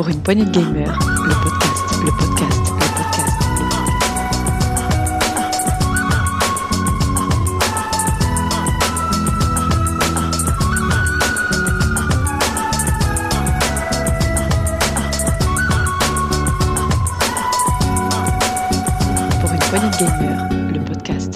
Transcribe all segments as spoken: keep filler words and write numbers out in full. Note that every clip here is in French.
Pour une poignée de gamers, le podcast, le podcast, le podcast. Pour une poignée de gamers, le podcast.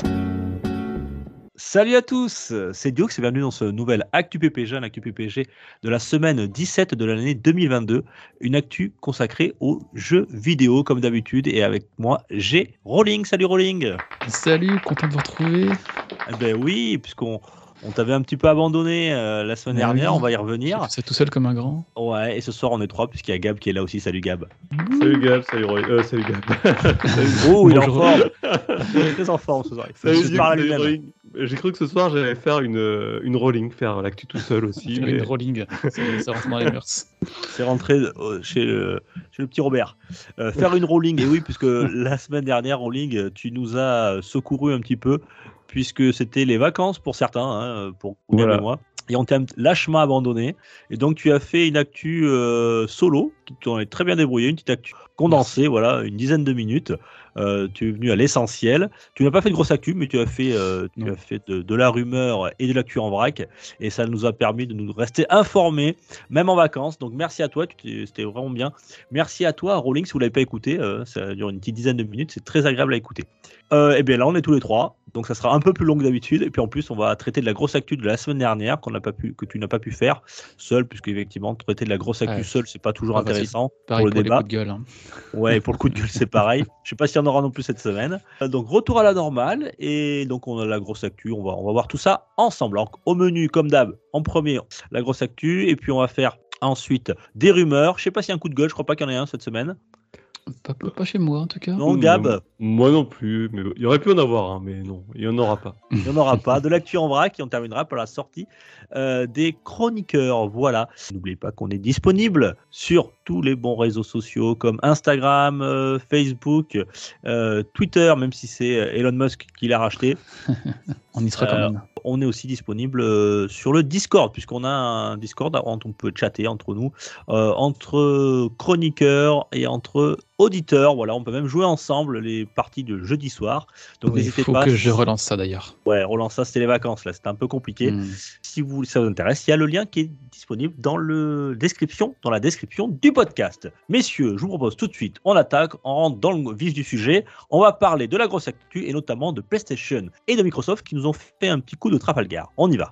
Salut à tous, c'est Diox et bienvenue dans ce nouvel Actu P P G, un Actu P P G de la semaine dix-sept de l'année deux mille vingt-deux, une actu consacrée aux jeux vidéo comme d'habitude, et avec moi j'ai Rolling. Salut Rolling. Salut, content de vous retrouver. Eh ben oui, puisqu'on on t'avait un petit peu abandonné euh, la semaine Mais dernière, oui, on va y revenir. C'est tout seul comme un grand. Ouais, et ce soir on est trois puisqu'il y a Gab qui est là aussi. Salut Gab. Salut Gab, salut Roy. Euh, salut Gab. Oh, il est en Bonjour. forme. Il est très en forme ce soir. Il faut Salut se Duke, parler salut lui-même. Rolling. J'ai cru que ce soir j'allais faire une, euh, une rolling, faire l'actu tout seul aussi. Tu mais... mets une rolling, c'est- ça rentre dans les mœurs. C'est rentré euh, chez le, chez le petit Robert. Euh, faire une rolling, et oui, puisque la semaine dernière, rolling, tu nous as secouru un petit peu, puisque c'était les vacances pour certains, hein, pour Gab Voilà. et moi. Et on t'a lâchement abandonné. Et donc, tu as fait une actu euh, solo, qui t'en est très bien débrouillé, une petite actu condensée, voilà, une dizaine de minutes. Euh, tu es venu à l'essentiel. Tu n'as pas fait de grosse actu, mais tu as fait, euh, tu Non. as fait de, de la rumeur et de l'actu en vrac. Et ça nous a permis de nous rester informés, même en vacances. Donc, merci à toi. Tu t'es- C'était vraiment bien. Merci à toi, Rolling. Si vous ne l'avez pas écouté, euh, ça dure une petite dizaine de minutes. C'est très agréable à écouter. Euh, et bien là, on est tous les trois. Donc, ça sera un peu plus long que d'habitude. Et puis, en plus, on va traiter de la grosse actu de la semaine dernière qu'on n'a pas pu, que tu n'as pas pu faire seul, puisque effectivement, traiter de la grosse actu Ouais. seul, c'est pas toujours Pas facile. intéressant. Pareil Pour pour, le les débat. coups de gueule. hein. Ouais, et pour le coup de gueule, c'est pareil. Je sais pas s'il y en aura non plus cette semaine. Euh, Donc, retour à la normale. Et donc, on a la grosse actu. On va, on va voir tout ça ensemble. Alors, au menu, comme d'hab, en premier, la grosse actu. Et puis, on va faire ensuite des rumeurs. Je sais pas s'il y a un coup de gueule. Je crois pas qu'il y en ait un cette semaine. Pas, pas- pas chez moi en tout cas. Non, Gab, Moi non plus, mais il y aurait pu en avoir, hein, mais non, il n'y en aura pas. il n'y en aura pas. De l'actu en vrac. Et on terminera par la sortie euh, des chroniqueurs. Voilà. N'oubliez pas qu'on est disponible sur tous les bons réseaux sociaux comme Instagram, euh, Facebook, euh, Twitter, même si c'est euh, Elon Musk qui l'a racheté. On y sera quand Euh, même. On est aussi disponible euh, sur le Discord, puisqu'on a un Discord où on peut chatter entre nous, euh, entre chroniqueurs et entre auditeurs. Voilà, on peut même jouer ensemble les parties de jeudi soir. Donc Il n'hésitez faut pas. que je relance ça d'ailleurs. Ouais, relance ça, c'était les vacances là, c'était un peu compliqué. Hmm. Si vous, ça vous intéresse, il y a le lien qui est disponible dans le description, dans la description du podcast. Messieurs, je vous propose tout de suite, on attaque, on rentre dans le vif du sujet. On va parler de la grosse actu et notamment de PlayStation et de Microsoft qui nous ont fait un petit coup de Trafalgar. On y va.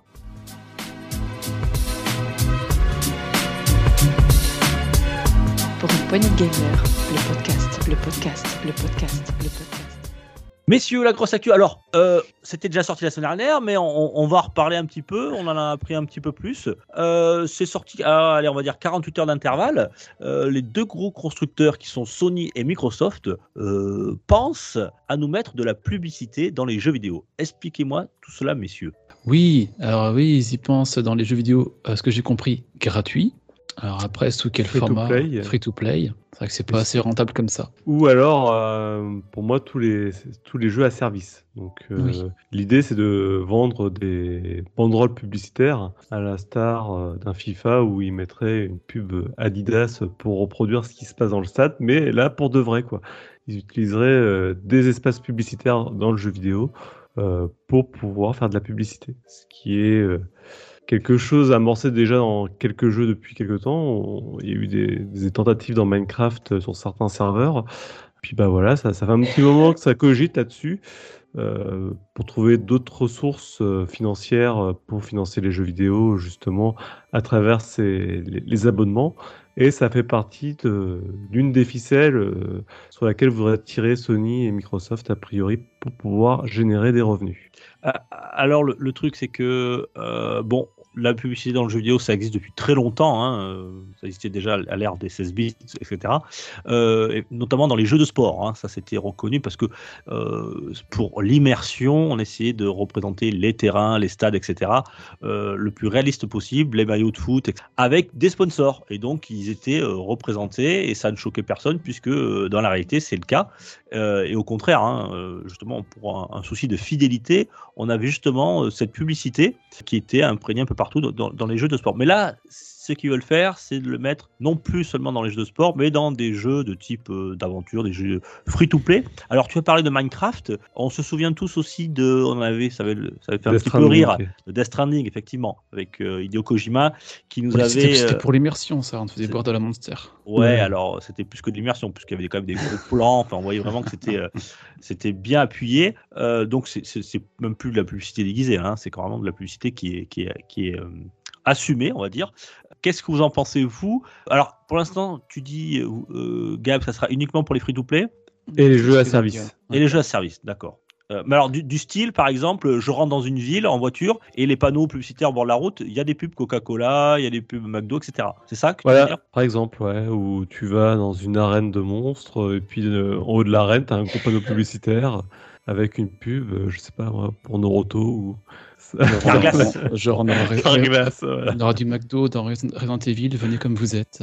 Pour une poignée de gamers, le podcast, le podcast, le podcast, le podcast. Messieurs, la grosse actu. Alors, euh, c'était déjà sorti la semaine dernière, mais on, on va reparler un petit peu. On en a appris un petit peu plus. Euh, c'est sorti à, allez, on va dire quarante-huit heures d'intervalle. Euh, les deux gros constructeurs qui sont Sony et Microsoft euh, pensent à nous mettre de la publicité dans les jeux vidéo. Expliquez-moi tout cela, messieurs. Oui, alors oui, ils y pensent dans les jeux vidéo, à ce que j'ai compris, gratuit. Alors après, sous quel Free to format? play. Free to play. C'est vrai que c'est pas Oui. assez rentable comme ça. Ou alors, euh, pour moi, tous les, tous les jeux à service. Donc, euh, Oui. l'idée, c'est de vendre des banderoles publicitaires à la star euh, d'un FIFA où ils mettraient une pub Adidas pour reproduire ce qui se passe dans le stade, mais là, pour de vrai, quoi. Ils utiliseraient euh, des espaces publicitaires dans le jeu vidéo euh, pour pouvoir faire de la publicité. Ce qui est euh, quelque chose amorcé déjà dans quelques jeux depuis quelques temps. On- Il y a eu des, des tentatives dans Minecraft sur certains serveurs. Puis bah voilà, ça, ça fait un petit moment que ça cogite là-dessus euh, pour trouver d'autres ressources euh, financières euh, pour financer les jeux vidéo justement à travers ces, les, les abonnements. Et ça fait partie de- d'une des ficelles euh, sur laquelle voudraient tirer Sony et Microsoft a priori pour pouvoir générer des revenus. Ah, alors, le, le truc, c'est que, euh, bon, la publicité dans le jeu vidéo, ça existe depuis très longtemps. Hein, euh, ça existait déjà à l'ère des seize bits, et cetera. Euh, et notamment dans les jeux de sport. Hein, ça, c'était reconnu parce que euh, pour l'immersion, on essayait de représenter les terrains, les stades, et cetera euh, le plus réaliste possible, les maillots de foot, et cetera, avec des sponsors. Et donc, ils étaient euh, représentés et ça ne choquait personne puisque euh, dans la réalité, c'est le cas. Euh, et au contraire, hein, euh, justement, pour un, un souci de fidélité, on avait justement euh, cette publicité qui était imprégnée un peu partout dans, dans, dans les jeux de sport. Mais là, ce qu'ils veulent faire, c'est de le mettre non plus seulement dans les jeux de sport, mais dans des jeux de type euh, d'aventure, des jeux free-to-play. Alors, tu as parlé de Minecraft. On se souvient tous aussi de, on avait, ça avait, ça avait fait un Death petit peu Stranding, rire, ok. de Death Stranding, effectivement, avec euh, Hideo Kojima, qui nous Pour les- C'était avait. c'était euh, pour l'immersion, ça. On te faisait c'est- boire de la Monster. Ouais, Ouais. alors c'était plus que de l'immersion, puisqu'il y avait quand même des gros plans. Enfin, on voyait vraiment que c'était euh, c'était bien appuyé. Euh, donc, c'est- c'est c'est même plus de la publicité déguisée, hein, c'est carrément de la publicité qui est, qui est, qui est euh, assumée, on va dire. Qu'est-ce que vous en pensez, vous? Alors, pour l'instant, tu dis, euh, euh, Gab, ça sera uniquement pour les free-to-play Et les C'est jeux ce à que j'allais service. dire. et les jeux à service, d'accord. Euh, mais alors, du, du style, par exemple, je rentre dans une ville en voiture et les panneaux publicitaires au bord de la route, il y a des pubs Coca-Cola, il y a des pubs McDo, et cetera. C'est ça que tu veux Voilà, dire? par exemple, ouais, où tu vas dans une arène de monstres, et puis euh, en haut de l'arène, t'as un gros panneau publicitaire avec une pub, euh, je sais pas moi, pour Naruto ou. Carglass. Genre, genre, on aura, Carglass, voilà. on aura du McDo dans Resident Resident Evil, venez comme vous êtes.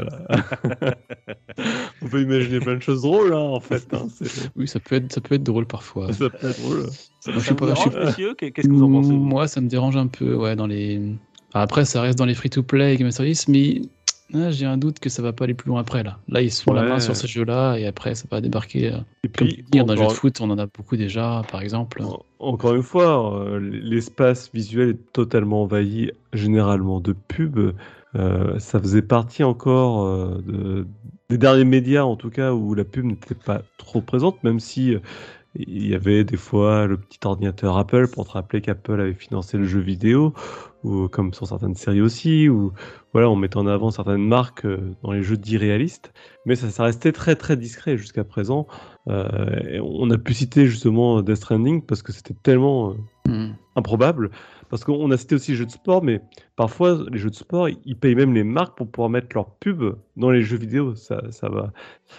On peut imaginer plein de choses drôles, hein, en fait. hein, c'est- Oui, ça peut être, ça peut être drôle parfois. Ça peut être drôle. Ça, Moi, je ça suis vous pas- je suis dérange, messieurs? Qu'est- Qu'est-ce que vous en pensez, vous? Moi, ça me dérange un peu, ouais, dans les. Enfin, après, ça reste dans les free-to-play et game service, mais ah, j'ai un doute que ça va pas aller plus loin après là. Là, ils se font la Ouais. main sur ce jeu-là et après, ça va débarquer. euh, Et Comme puis, dire, dans le jeu de encore, foot, on en a beaucoup déjà, par exemple. en- encore une fois, euh, l'espace visuel est totalement envahi généralement de pubs. Euh, ça faisait partie encore euh, de- des derniers médias, en tout cas, où la pub n'était pas trop présente, même si euh, il y avait des fois le petit ordinateur Apple pour te rappeler qu'Apple avait financé le jeu vidéo, ou comme sur certaines séries aussi, ou voilà, on mettait en avant certaines marques euh, dans les jeux dits réalistes, mais ça, ça restait très très discret jusqu'à présent. Euh, et on a pu citer justement Death Stranding parce que c'était tellement euh, Hmm. improbable. Parce qu'on a cité aussi les jeux de sport, mais parfois les jeux de sport, ils payent même les marques pour pouvoir mettre leur pub dans les jeux vidéo. Ça, ça va.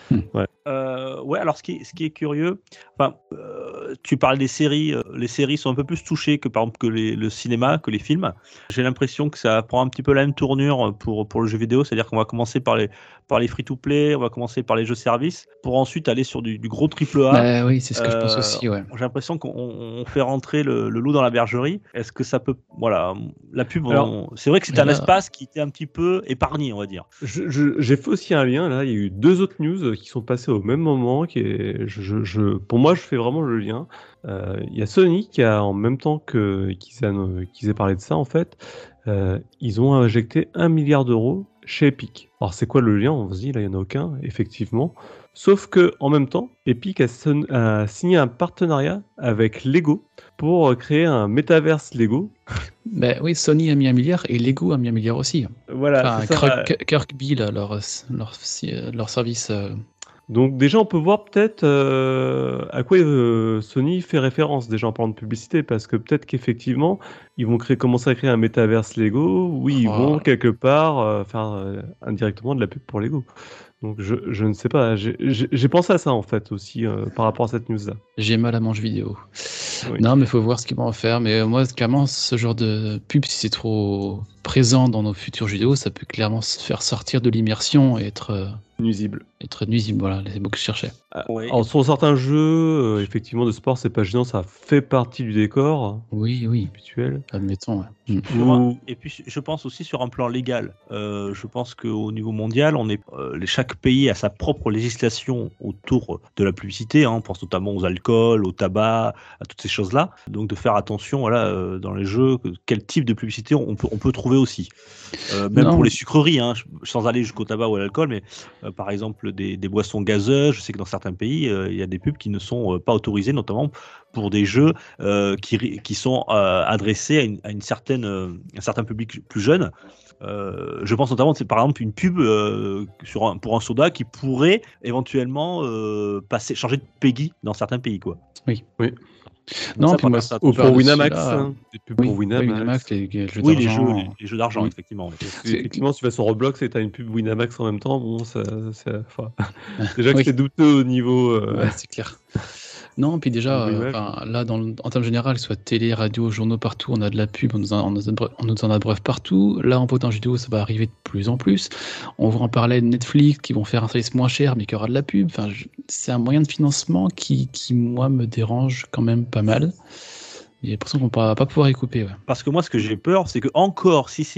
Euh, ouais, alors ce qui est, ce qui est curieux, enfin, euh, tu parles des séries, euh, les séries sont un peu plus touchées que par exemple que les- le cinéma, que les films. J'ai l'impression que ça prend un petit peu la même tournure pour, pour le jeu vidéo, c'est-à-dire qu'on va commencer par les, par les free-to-play, on va commencer par les jeux services, pour ensuite aller sur du, du gros triple A. Bah oui, c'est ce que je pense Euh, aussi, ouais. J'ai l'impression qu'on on fait rentrer le, le loup dans la bergerie. Est-ce que ça peut, voilà, la pub, on- Alors, c'est vrai que c'est mais un là- espace qui était un petit peu épargné, on va dire. Je- je- J'ai fait aussi un lien là. Il y a eu deux autres news qui sont passées au même moment. Qui est, je, je- je- pour moi, je fais vraiment le lien. Euh, Il y a Sony qui a, en même temps que qu'ils aient, qu'ils aient parlé de ça, en fait, euh, ils ont injecté un milliard d'euros chez Epic. Alors, c'est quoi le lien? On se dit, là, il n'y en a aucun, effectivement. Sauf que, en même temps, Epic a, son- a signé un partenariat avec Lego pour créer un métaverse Lego. Bah oui, Sony a mis un milliard et Lego a mis un milliard aussi. Voilà, Enfin, c'est ça. Kirk- Kirkby, là, leur, leur, leur service. euh, Donc déjà, on peut voir peut-être euh, à quoi euh, Sony fait référence déjà en parlant de publicité, parce que peut-être qu'effectivement, ils vont créer, commencer à créer un métaverse Lego, où ils Oh. vont quelque part euh, faire euh, indirectement de la pub pour Lego. Donc je, je ne sais pas, j'ai- j'ai j'ai pensé à ça en fait aussi euh, par rapport à cette news-là. J'ai mal à mon jeu vidéo. Oui. Non, mais faut voir ce qu'ils vont en faire. Mais euh, moi, clairement, ce genre de pub, si c'est trop présent dans nos futurs jeux vidéo, ça peut clairement se faire sortir de l'immersion et être, euh, Nuisible. être nuisible. Voilà, c'est le mot que je cherchais. Oui. Alors sur certains jeux, euh, effectivement, de sport, c'est pas gênant, ça fait partie du décor Oui, oui, habituel. admettons. Ouais. Mm. Je vois. Ou- Et puis je pense aussi sur un plan légal. Euh, je pense qu'au niveau mondial, on est, euh, les- chaque pays a sa propre législation autour de la publicité. Hein. On pense notamment aux alcools, au tabac, à toutes ces choses-là. Donc de faire attention, voilà, euh, dans les jeux, que- quel type de publicité on peut, on peut trouver aussi. Euh, même Non. pour les sucreries, hein, sans aller jusqu'au tabac ou à l'alcool, mais euh, par exemple des, des boissons gazeuses. Je sais que dans certains pays, euh, il y a des pubs qui ne sont euh, pas autorisées, notamment pour des jeux euh, qui, ri- qui sont euh, adressés à, une, à une certaine, euh, un certain public plus jeune. Euh, je pense notamment, c'est par exemple une pub euh, sur un, pour un soda qui pourrait éventuellement euh, passer, changer de Peggy dans certains pays, quoi. Oui. Oui. Donc Non, ça, puis faut moi, faire ça Ou on pour parle de Winamax, celui-là. hein, des pubs Oui, pour oui, Winamax. Winamax, les, les jeux Oui, les d'argent. jeux, les, les jeux d'argent, Oui. effectivement. oui. Parce que, effectivement, si tu vas sur Roblox et tu as une pub Winamax en même temps, bon, ça, ça- enfin, déjà que Oui. c'est douteux au niveau. euh, Ouais, c'est clair. Non, puis déjà, Au niveau euh, image. enfin, là, dans, le- en termes général, que ce soit télé, radio, journaux, partout, on a de la pub, on nous en, on nous en- on nous en abreuve partout. Là, on voit dans vidéo, ça va arriver de plus en plus. On voit en parler de Netflix qui vont faire un service moins cher, mais qui aura de la pub. Enfin, je- c'est un moyen de financement qui, qui, moi, me dérange quand même pas mal. J'ai l'impression qu'on ne va pas pouvoir y couper. Ouais. Parce que moi, ce que j'ai peur, c'est que encore, si c'est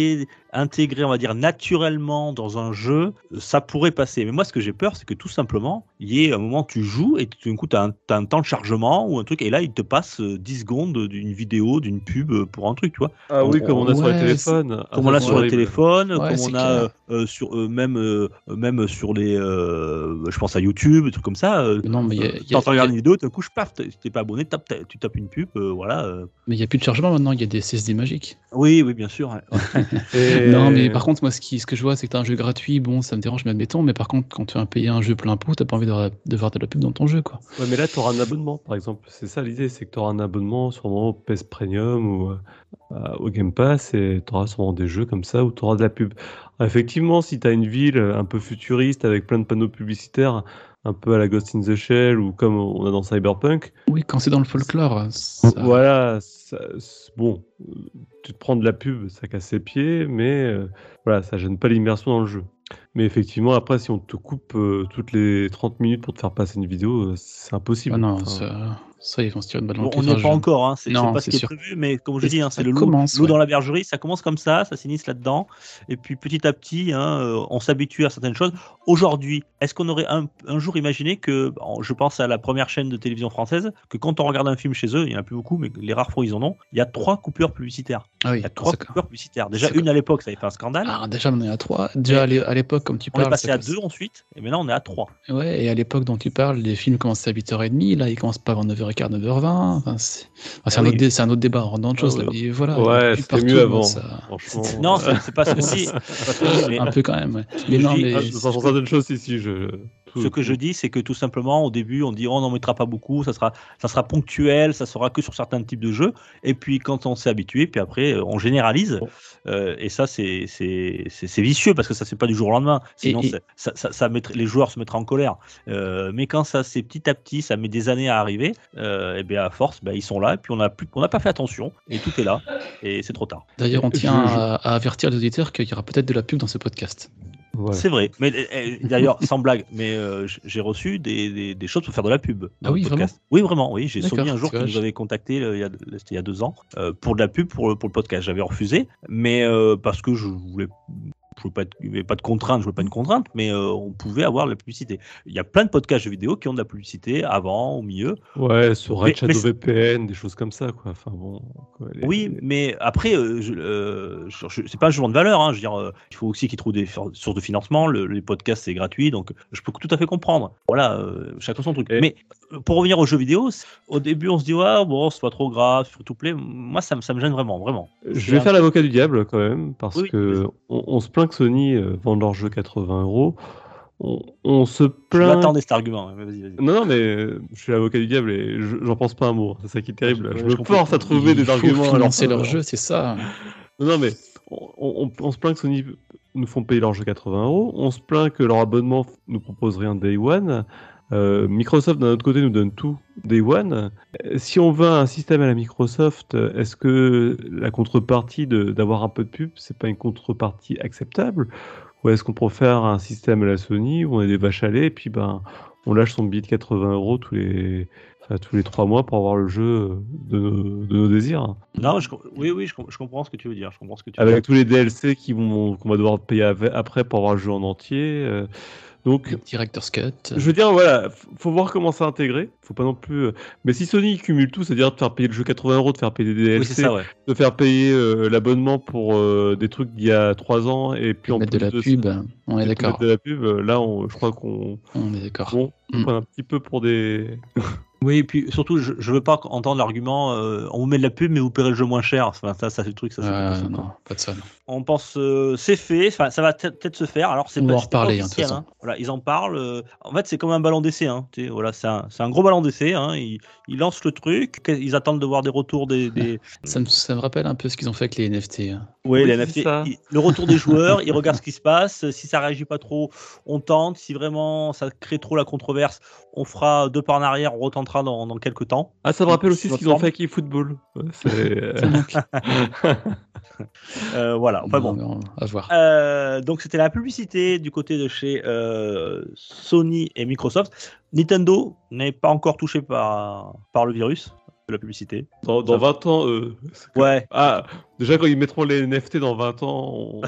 intégré, on va dire, naturellement dans un jeu, ça pourrait passer. Mais moi, ce que j'ai peur, c'est que tout simplement, il y ait un moment où tu joues et tout d'un coup, tu as un, t'as un temps de chargement ou un truc, et là, il te passe dix secondes d'une vidéo, d'une pub pour un truc, tu vois. Ah oui, On- comme on a sur les ouais, téléphones. Ah, Comme ça, on l'a c'est sur le horrible. téléphone, Ouais, comme c'est on a clair. euh, sur euh, même euh, même sur les, euh, je pense à YouTube, des trucs comme ça. Euh, Mais non, mais il y a- euh, il y a- t'entends regarder une vidéo, d'un coup, je paf, t'es t'es pas abonné, tape, t'as- tu tapes une pub, euh, voilà. euh. mais il y a plus de chargement maintenant, il y a des C S D magiques. Oui, oui, bien sûr. ouais. Et- Non, mais par contre, moi, ce, qui, ce que je vois, c'est que t'as un jeu gratuit, bon, ça me dérange, mais admettons, mais par contre, quand tu vas payer un jeu plein pot, t'as pas envie de, de voir de la pub dans ton jeu, quoi. Ouais, mais là, tu auras un abonnement, par exemple. C'est ça l'idée, c'est que tu auras un abonnement sûrement au P E S Premium ou euh, au Game Pass et tu auras sûrement des jeux comme ça où tu auras de la pub. Alors, effectivement, si tu as une ville un peu futuriste avec plein de panneaux publicitaires, un peu à la Ghost in the Shell ou comme on a dans Cyberpunk, Oui, quand c'est dans le folklore, ça... voilà, ça- c'est- bon, euh, tu te prends de la pub, ça casse les pieds, mais euh, voilà, ça gêne pas l'immersion dans le jeu. Mais effectivement, après, si on te coupe euh, toutes les trente minutes pour te faire passer une vidéo, euh, c'est impossible. Ah non, Enfin, ça, ça, ils vont se tirer une balle dans Bon, le on pied. n'y est Enfin, pas je- encore, hein, c'est c'est Non, pas ce c'est qui est sûr. prévu, mais comme je Mais dis, hein, ça c'est le loup, commence, loup ouais. dans la bergerie, ça commence comme ça, ça s'initie là-dedans, et puis petit à petit, hein, euh, on s'habitue à certaines choses. Aujourd'hui, est-ce qu'on aurait un, un jour imaginé que, bon, je pense à la première chaîne de télévision française, que quand on regarde un film chez eux, il n'y en a plus beaucoup, mais les rares fois ils en ont, il y a trois coupures publicitaires. Ah oui, Il y a trois c'est- coupures publicitaires. Déjà, c'est- une à l'époque, ça avait fait un scandale. Ah, déjà, on est à trois. Déjà, à l'é- à l'époque, comme tu On est parles. passé ça à casse- deux ensuite, et maintenant on est à trois. Ouais, et à l'époque dont tu parles, les films commençaient à huit heures trente, là, ils commencent pas avant neuf heures quinze, neuf heures vingt. Enfin, c'est enfin, c'est Ah un, oui. autre dé- c'est un autre débat, on rentre dans autre chose, Ah là, oui. mais voilà. il y a Ouais, plus c'était partout, mieux moi, avant. ça- Franchement. Non, c'est c'est pas ce qu'on dit. c'est pas ce qu'on dit, mais Un peu quand même, ouais. Mais je non, dis- mais. Ah, sur sur certaines choses, ici, je. tout- Ce que je dis, c'est que tout simplement, au début, on dit on n'en mettra pas beaucoup, ça sera, ça sera ponctuel, ça sera que sur certains types de jeux. Et puis, quand on s'est habitué, puis après, euh, on généralise. Bon. Euh, et ça, c'est c'est- c'est- c'est vicieux parce que ça se fait pas du jour au lendemain. Sinon, Et- et- c'est- ça, ça, ça mettrait- les joueurs se mettraient en colère. Euh, mais quand ça, c'est petit à petit, ça met des années à arriver. Euh, et bien, à force, ben, ils sont là. Et puis, on n'a plus, on n'a pas fait attention. Et tout est là. Et c'est trop tard. D'ailleurs, on Je- tient je- à, à avertir les auditeurs qu'il y aura peut-être de la pub dans ce podcast. Voilà. C'est vrai. Mais euh, euh, d'ailleurs, sans blague, mais euh, j- j'ai reçu des, des, des choses pour faire de la pub. dans Ah oui, le podcast. Oui, vraiment. Oui, j'ai D'accord, Sony un jour tu qui vois, nous je- avait contacté euh, il y a, c'était il y a deux ans euh, pour de la pub pour, le- pour le podcast. J'avais refusé, mais euh, parce que je voulais. Je voulais pas être- il n'y avait pas de contrainte, je voulais pas une contrainte, mais euh, on pouvait avoir de la publicité. Il y a plein de podcasts jeux vidéo qui ont de la publicité avant, au milieu. Ouais, sur Mais- Red mais Shadow c'est- V P N, des choses comme ça, quoi. Enfin bon. quoi, les- Oui, les- mais après, euh, je, euh, je- je- c'est pas un jugement de valeur. Hein, je veux dire, euh, il faut aussi qu'ils trouvent des for- sources de financement. Le- les podcasts, c'est gratuit, donc je peux tout à fait comprendre. Voilà, euh, chacun son truc. Et- Mais euh, pour revenir aux jeux vidéo, c'est- au début, on se dit, ouais, bon, c'est pas trop grave, free to play. Moi, ça, me- ça me gêne vraiment, vraiment. Je C'est vais un- faire l'avocat du diable quand même, parce Oui, oui, que vas-y. on, on se plaint que Sony euh, vende leurs jeux quatre-vingts euros. On, on se Je plaint. m'attendais cet argument. hein, mais vas-y, vas-y. Non, non, mais euh, je suis l'avocat du diable et je- j'en pense pas un mot. C'est ça qui est terrible. Ouais, je je me comprends. force à trouver des Il faut arguments. alors financer que- leur jeu, c'est ça. Non, non, mais on, on- on se plaint que Sony nous font payer leur jeu quatre-vingts euros. On se plaint que leur abonnement nous propose rien Day One. Euh, Microsoft, d'un autre côté, nous donne tout Day One. Euh, Si on veut un système à la Microsoft, euh, est-ce que la contrepartie de- d'avoir un peu de pub, c'est pas une contrepartie acceptable? Ou est-ce qu'on préfère un système à la Sony où on a des vaches à lait et puis ben, on lâche son billet de quatre-vingts euros tous les, enfin, tous les trois mois pour avoir le jeu de nos, de nos désirs? Non, je, com- oui, oui, je, com- je comprends ce que tu veux dire. Je comprends ce que tu veux dire. Avec tous les D L C qui vont, qu'on va devoir payer ave- après pour avoir le jeu en entier. euh, donc, Director's Cut. je veux dire, voilà, f- faut voir comment c'est intégré. Faut pas non plus. euh, Mais si Sony cumule tout, c'est-à-dire de faire payer le jeu quatre-vingts euros, de faire payer des Oui, c'est D L C, ça, ouais. de faire payer euh, l'abonnement pour euh, des trucs d'il y a trois ans, et puis en Mettre de plus la ça, pub, on est et puis d'accord. mettre de la pub, euh, là, on- je crois qu'on On est d'accord. bon, on Mm. prend un petit peu pour des. Oui, et puis surtout, je, je veux pas entendre l'argument euh, on vous met de la pub, mais vous paierez le jeu moins cher. Enfin, ça, ça c'est le truc. Ça, c'est Euh, pas possible. non, pas de ça. non. On pense euh, c'est fait, enfin, ça va peut- peut-être se faire. Alors c'est On pas, va en c'est pas reparler, hein, de officiel, toute hein. Voilà, ils en parlent. euh, en fait, c'est comme un ballon d'essai. Hein. Tu sais, voilà, c'est un, c'est un gros ballon d'essai. Hein. Ils, ils lancent le truc. Ils attendent de voir des retours des. des... Ça me, ça me rappelle un peu ce qu'ils ont fait avec les N F T. hein. Oui, Oui, les c'est N F T. ça. ils- le retour des joueurs. Ils regardent ce qui se passe. Si ça réagit pas trop, on tente. Si vraiment ça crée trop la controverse, on fera deux pas en arrière. On retentera dans, dans quelques temps. Ah, ça me rappelle aussi ce Notre qu'ils ont forme. fait avec eFootball. Ouais, c'est. euh, Euh, voilà. Enfin bon. Non, non, à voir. Euh, donc c'était la publicité du côté de chez euh, Sony et Microsoft. Nintendo n'est pas encore touché par, par le virus. de la publicité. Dans, dans vingt ans, euh, que... Ouais. Ah, déjà quand ils mettront les N F T dans vingt ans, on...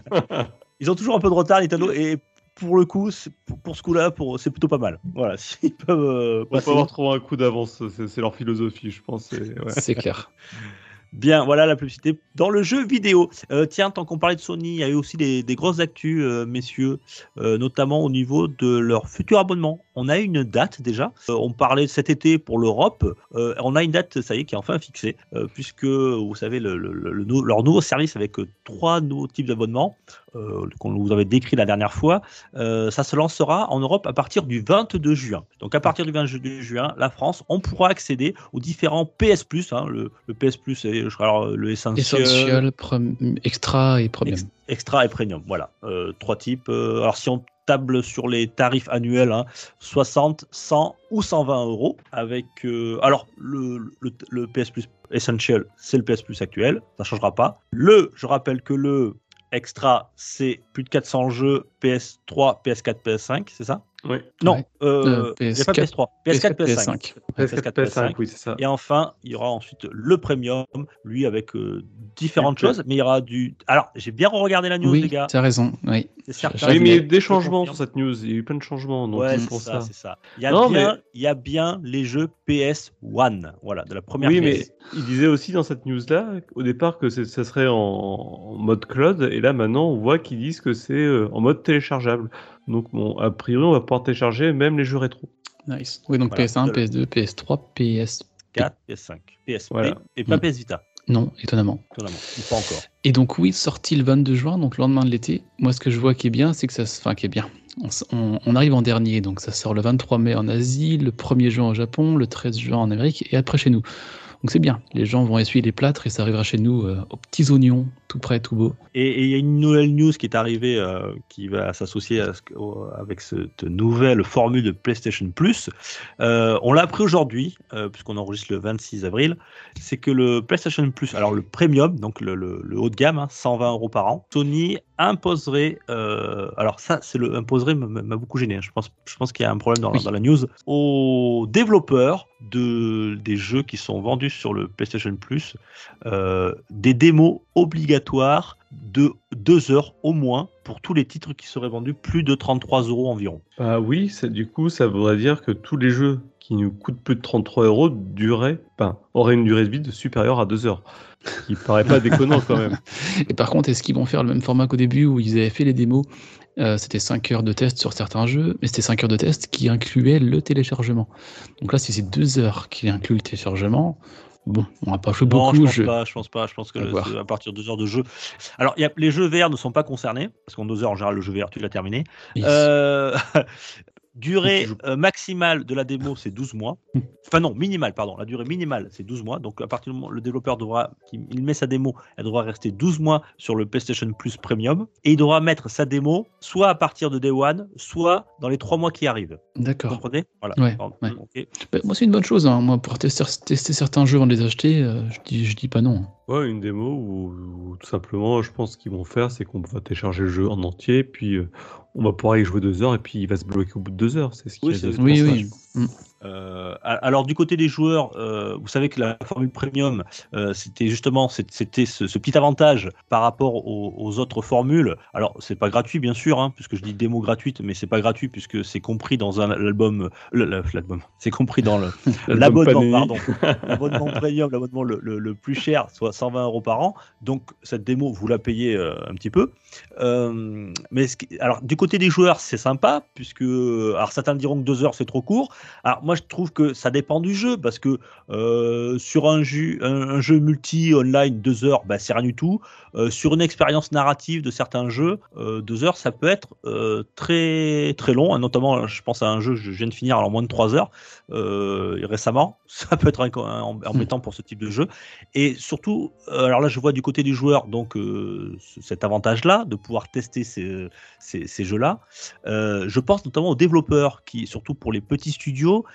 Ils ont toujours un peu de retard, Nintendo, et pour le coup, pour, pour ce coup-là, pour, c'est plutôt pas mal. Voilà, s'ils peuvent. Euh, on peut avoir trop un coup d'avance, c'est, c'est leur philosophie, je pense. C'est, ouais. C'est clair. Bien, voilà la publicité dans le jeu vidéo. Euh, tiens, tant qu'on parlait de Sony, il y a eu aussi des, des grosses actus, euh, messieurs, euh, notamment au niveau de leur futur abonnement. On a une date déjà. Euh, on parlait cet été pour l'Europe. Euh, on a une date, ça y est, qui est enfin fixée, euh, puisque vous savez le, le, le, le, leur nouveau service avec euh, trois nouveaux types d'abonnements euh, qu'on vous avait décrit la dernière fois, euh, ça se lancera en Europe à partir du vingt-deux juin. Donc à partir du vingt-deux juin, la France, on pourra accéder aux différents P S Plus. Hein, le, le P S Plus, c'est je crois, alors, le Essential, Essential prom- Extra et Premium. Ex- Extra et Premium, voilà. Euh, trois types. Euh, alors si on table sur les tarifs annuels, hein, soixante, cent ou cent vingt euros. Avec, euh, alors, le, le, le P S Plus Essential, c'est le P S Plus actuel, ça ne changera pas. Le, je rappelle que le Extra, c'est plus de quatre cents jeux P S trois, P S quatre, P S cinq, c'est ça? Oui. Non, Ouais. euh, Euh, il n'y a pas P S trois, P S quatre, P S cinq. P S quatre, P S cinq, oui, c'est ça. Et enfin, il y aura ensuite le Premium, lui avec euh, différentes choses, mais il y aura du. Alors, j'ai bien regardé la news, oui, les gars. tu as raison. Oui. C'est certain. Oui, mais il y a eu des Je changements confirme. sur cette news. Il y a eu plein de changements. Donc Ouais, c'est c'est pour ça, ça. c'est ça. Il y a Non, bien, mais- il y a bien les jeux P S un, voilà, de la première Oui, P S. mais il disait aussi dans cette news-là, au départ, que c'est- ça serait en, en mode cloud. Et là, maintenant, on voit qu'ils disent que c'est euh, en mode téléchargeable. Donc, bon, a priori, on va pouvoir télécharger même les jeux rétro. Nice. Oui, donc Voilà, P S un, de la- P S deux, P S trois, P S quatre, P S cinq, P S P Voilà. et pas Mm. P S Vita, Non, étonnamment. étonnamment. Ou pas encore. Et donc oui, sorti le vingt-deux juin, donc le lendemain de l'été. Moi, ce que je vois qui est bien, c'est que ça, se- enfin qui est bien. On, s- on- on arrive en dernier, donc ça sort le vingt-trois mai en Asie, le premier juin au Japon, le treize juin en Amérique et après chez nous. Donc c'est bien. Les gens vont essuyer les plâtres et ça arrivera chez nous euh, aux petits oignons, tout prêt, tout beau. Et et il y a une nouvelle news qui est arrivée euh, qui va s'associer à ce que- au- avec cette nouvelle formule de PlayStation Plus. Euh, on l'a appris aujourd'hui, euh, puisqu'on enregistre le vingt-six avril, c'est que le PlayStation Plus, alors le Premium, donc le, le- le haut de gamme, hein, cent vingt euros par an, Sony imposerait, euh, alors ça, c'est le imposerait m'a m'a beaucoup gêné. hein. Je pense, je pense qu'il y a un problème dans, la- Oui. dans la news. Aux développeurs de, des jeux qui sont vendus sur le PlayStation Plus, euh, des démos obligatoires de deux heures au moins pour tous les titres qui seraient vendus plus de trente-trois euros environ. Bah oui, ça, du coup, ça voudrait dire que tous les jeux qui nous coûtent plus de trente-trois euros duraient, enfin, auraient une durée de vie de supérieure à deux heures. Ce qui paraît pas déconnant quand même. Et par contre, est-ce qu'ils vont faire le même format qu'au début où ils avaient fait les démos? Euh, C'était cinq heures de test sur certains jeux, mais c'était cinq heures de test qui incluaient le téléchargement. Donc là, si c'est deux heures qui incluent le téléchargement, bon, on n'a pas joué Non, beaucoup je au pense jeu. pas. Je pense pas. Je pense que À le- voir. c'est à partir de deux heures de jeu. Alors, il y a, les jeux V R ne sont pas concernés parce qu'en deux heures en général le jeu V R tu l'as terminé. Yes. Euh, durée Tu joues- euh, maximale de la démo c'est douze mois. Enfin non, minimale pardon. La durée minimale c'est douze mois. Donc à partir du moment où le développeur devra, qu'il il met sa démo, elle devra rester douze mois sur le PlayStation Plus Premium et il devra mettre sa démo soit à partir de Day One, soit dans les trois mois qui arrivent. Vous D'accord. comprenez? Voilà. Ouais, Pardon. ouais. Ok. Bah, moi, c'est une bonne chose. Hein. Moi, pour tester, tester certains jeux avant de les acheter, euh, je dis, je dis pas non. Ouais, une démo où, où tout simplement, je pense qu'ils vont faire, c'est qu'on va télécharger le jeu en entier, puis euh, on va pouvoir y jouer deux heures, et puis il va se bloquer au bout de deux heures. C'est ce qui Oui, est c'est- de- Oui, pour ça, oui. je pense. Mm. Euh, alors du côté des joueurs, euh, vous savez que la formule premium, euh, c'était justement c'est- c'était ce, ce petit avantage par rapport aux, aux autres formules. Alors c'est pas gratuit bien sûr, hein, puisque je dis démo gratuite, mais c'est pas gratuit puisque c'est compris dans un album, le- le- l'album, c'est compris dans le L'album l'abonnement, Panini. pardon, l'abonnement premium, l'abonnement le, le- le plus cher, soit cent vingt euros par an. Donc cette démo vous la payez euh, un petit peu. Euh, mais ce qui- alors du côté des joueurs c'est sympa puisque alors certains diront que deux heures c'est trop court. Alors moi je trouve que ça dépend du jeu parce que euh, sur un jeu, un, un jeu multi online deux heures bah, c'est rien du tout. Euh, sur une expérience narrative de certains jeux euh, deux heures ça peut être euh, très très long, hein, notamment je pense à un jeu que je viens de finir en moins de trois heures euh, récemment, ça peut être un- un- embêtant pour ce type de jeu. Et surtout euh, alors là je vois du côté du joueur donc euh, c- cet avantage là de pouvoir tester ces, ces, ces jeux là. Euh, je pense notamment aux développeurs qui surtout pour les petits studios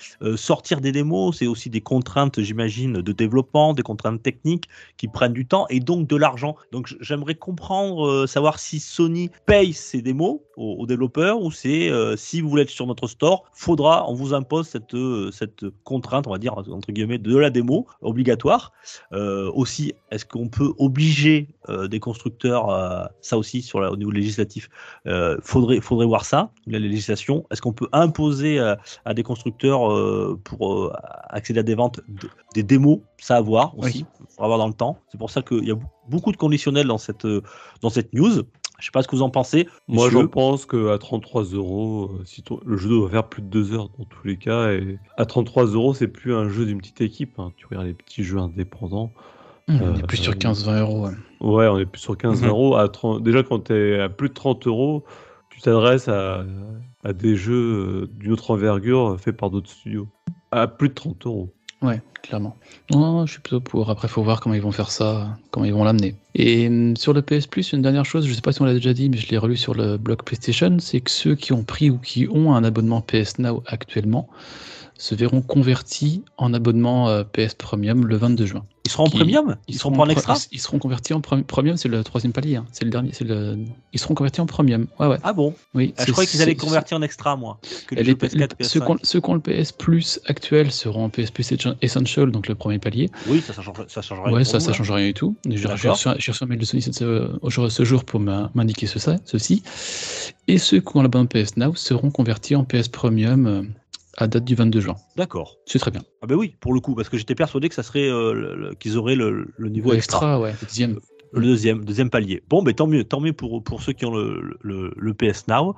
euh, sortir des démos, c'est aussi des contraintes, j'imagine, de développement, des contraintes techniques qui prennent du temps et donc de l'argent. Donc j'aimerais comprendre, euh, savoir si Sony paye ces démos aux, aux développeurs ou c'est euh, si vous voulez être sur notre store, faudra, on vous impose cette, euh, cette contrainte, on va dire, entre guillemets, de la démo obligatoire. Euh, aussi, est-ce qu'on peut obliger euh, des constructeurs, euh, ça aussi sur la, au niveau législatif, euh, faudrait, faudrait voir ça, la législation. Est-ce qu'on peut imposer à, à des constructeurs euh, pour euh, accéder à des ventes de, des démos, ça à voir aussi, il oui. faudra voir dans le temps. C'est pour ça qu'il y a beaucoup de conditionnels dans cette, dans cette news. Je sais pas ce que vous en pensez. Moi, monsieur. j'en pense qu'à trente-trois euros, si ton... le jeu doit faire plus de deux heures dans tous les cas, et à trente-trois euros, c'est plus un jeu d'une petite équipe. Hein. Tu regardes les petits jeux indépendants. Mmh, euh, on est plus sur quinze à vingt euros. Ouais. ouais, on est plus sur quinze à vingt mmh. euros. À trente... Déjà, quand tu es à plus de trente euros, tu t'adresses à, à des jeux d'une autre envergure faits par d'autres studios. À plus de trente euros. Ouais, clairement. Non, je suis plutôt pour. Après, il faut voir comment ils vont faire ça, comment ils vont l'amener. Et euh, sur le P S Plus, une dernière chose, je ne sais pas si on l'a déjà dit, mais je l'ai relu sur le blog PlayStation, c'est que ceux qui ont pris ou qui ont un abonnement P S Now actuellement se verront convertis en abonnement euh, P S Premium le vingt-deux juin. Ils seront en qui, premium Ils, ils seront pas en extra ils, ils seront convertis en pre- premium, c'est le troisième palier. Hein. C'est le dernier. C'est le... Ils seront convertis en premium. Ouais, ouais. Ah bon Oui. Ah, je croyais qu'ils allaient convertir en extra, moi. Que les les, P S quatre, les, P S cinq. Ceux qui ont, ceux qui ont le P S Plus actuel seront en P S Plus Essential, donc le premier palier. Oui, ça, ça change, ça change rien. Ouais, ça, nous, ça là. change rien du tout. J'ai, j'ai, reçu, j'ai reçu un mail de Sony ce, ce, ce jour pour m'indiquer ce, ça, ceci. Et ceux qui ont l'abonnement P S Now seront convertis en P S Premium euh, à date du vingt-deux juin. D'accord. C'est très bien. Ah ben oui, pour le coup, parce que j'étais persuadé que ça serait euh, le, le, qu'ils auraient le, le niveau ouais, extra. extra. Ouais, le deuxième. Le deuxième, deuxième palier. Bon, mais tant mieux, tant mieux pour, pour ceux qui ont le, le, le P S Now.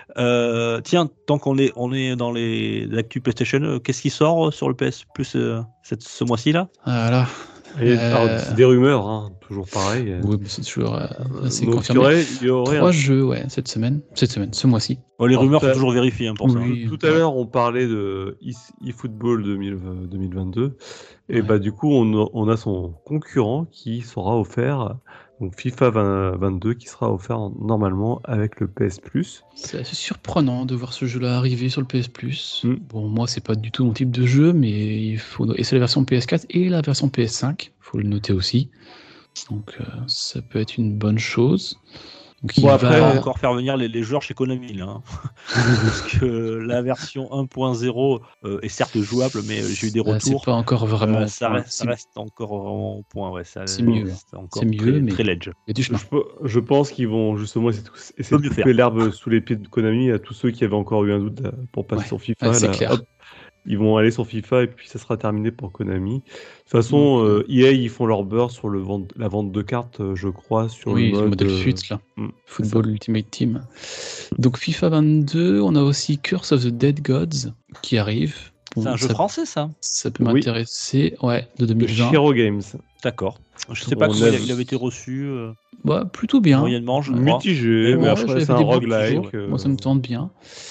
Euh, tiens, tant qu'on est, on est dans les actus PlayStation, euh, qu'est-ce qui sort sur le P S Plus euh, cette, ce mois-ci là? Voilà. Et, euh... alors, c'est des rumeurs, hein, toujours pareil. Oui, mais c'est toujours euh, c'est Donc, confirmé. Il y aurait, il y aurait Trois un... jeux, ouais, cette semaine, cette semaine, ce mois-ci. Oh, les alors, rumeurs sont à... toujours vérifiées hein, pour oui, ça. Tout à l'heure, on parlait de eFootball deux mille vingt-deux, et ouais. bah du coup, on, on a son concurrent qui sera offert. Donc FIFA vingt, vingt-deux qui sera offert normalement avec le P S Plus. C'est assez surprenant de voir ce jeu-là arriver sur le P S Plus. Mm. Bon, moi, c'est pas du tout mon type de jeu, mais il faut. Et c'est la version P S quatre et la version P S cinq. Faut le noter aussi. Donc, euh, ça peut être une bonne chose. Donc, bon, après, va... on va encore faire venir les, les joueurs chez Konami, là. Hein. Parce que la version un point zéro euh, est certes jouable, mais j'ai eu des retours. Ah, c'est pas encore vraiment. Euh, ça, reste, ça reste encore vraiment au point. Ouais, ça, c'est mieux. C'est encore c'est très, mieux, mais très ledge. Il y a du chemin. Je, je pense qu'ils vont justement essayer de couper l'herbe sous les pieds de Konami à tous ceux qui avaient encore eu un doute pour passer ouais. sur FIFA. Ouais, c'est là, clair. Hop, ils vont aller sur FIFA et puis ça sera terminé pour Konami. De toute façon, mmh. euh, E A, ils font leur beurre sur le vente, la vente de cartes, je crois, sur oui, le mode... modèle euh... F U T, là. Mmh. Football Ultimate Team. Donc FIFA vingt-deux, on a aussi Curse of the Dead Gods qui arrive. Bon, c'est un jeu français, ça Ça peut m'intéresser, oui. Ouais, de deux mille vingt. De Shiro Games. D'accord. Je sais pas comment a... il avait été reçu. Euh... Bah, plutôt bien. Moyennement, je crois. Mitigé, mais ouais, après, c'est un roguelike. Euh... Moi, ça me tente bien.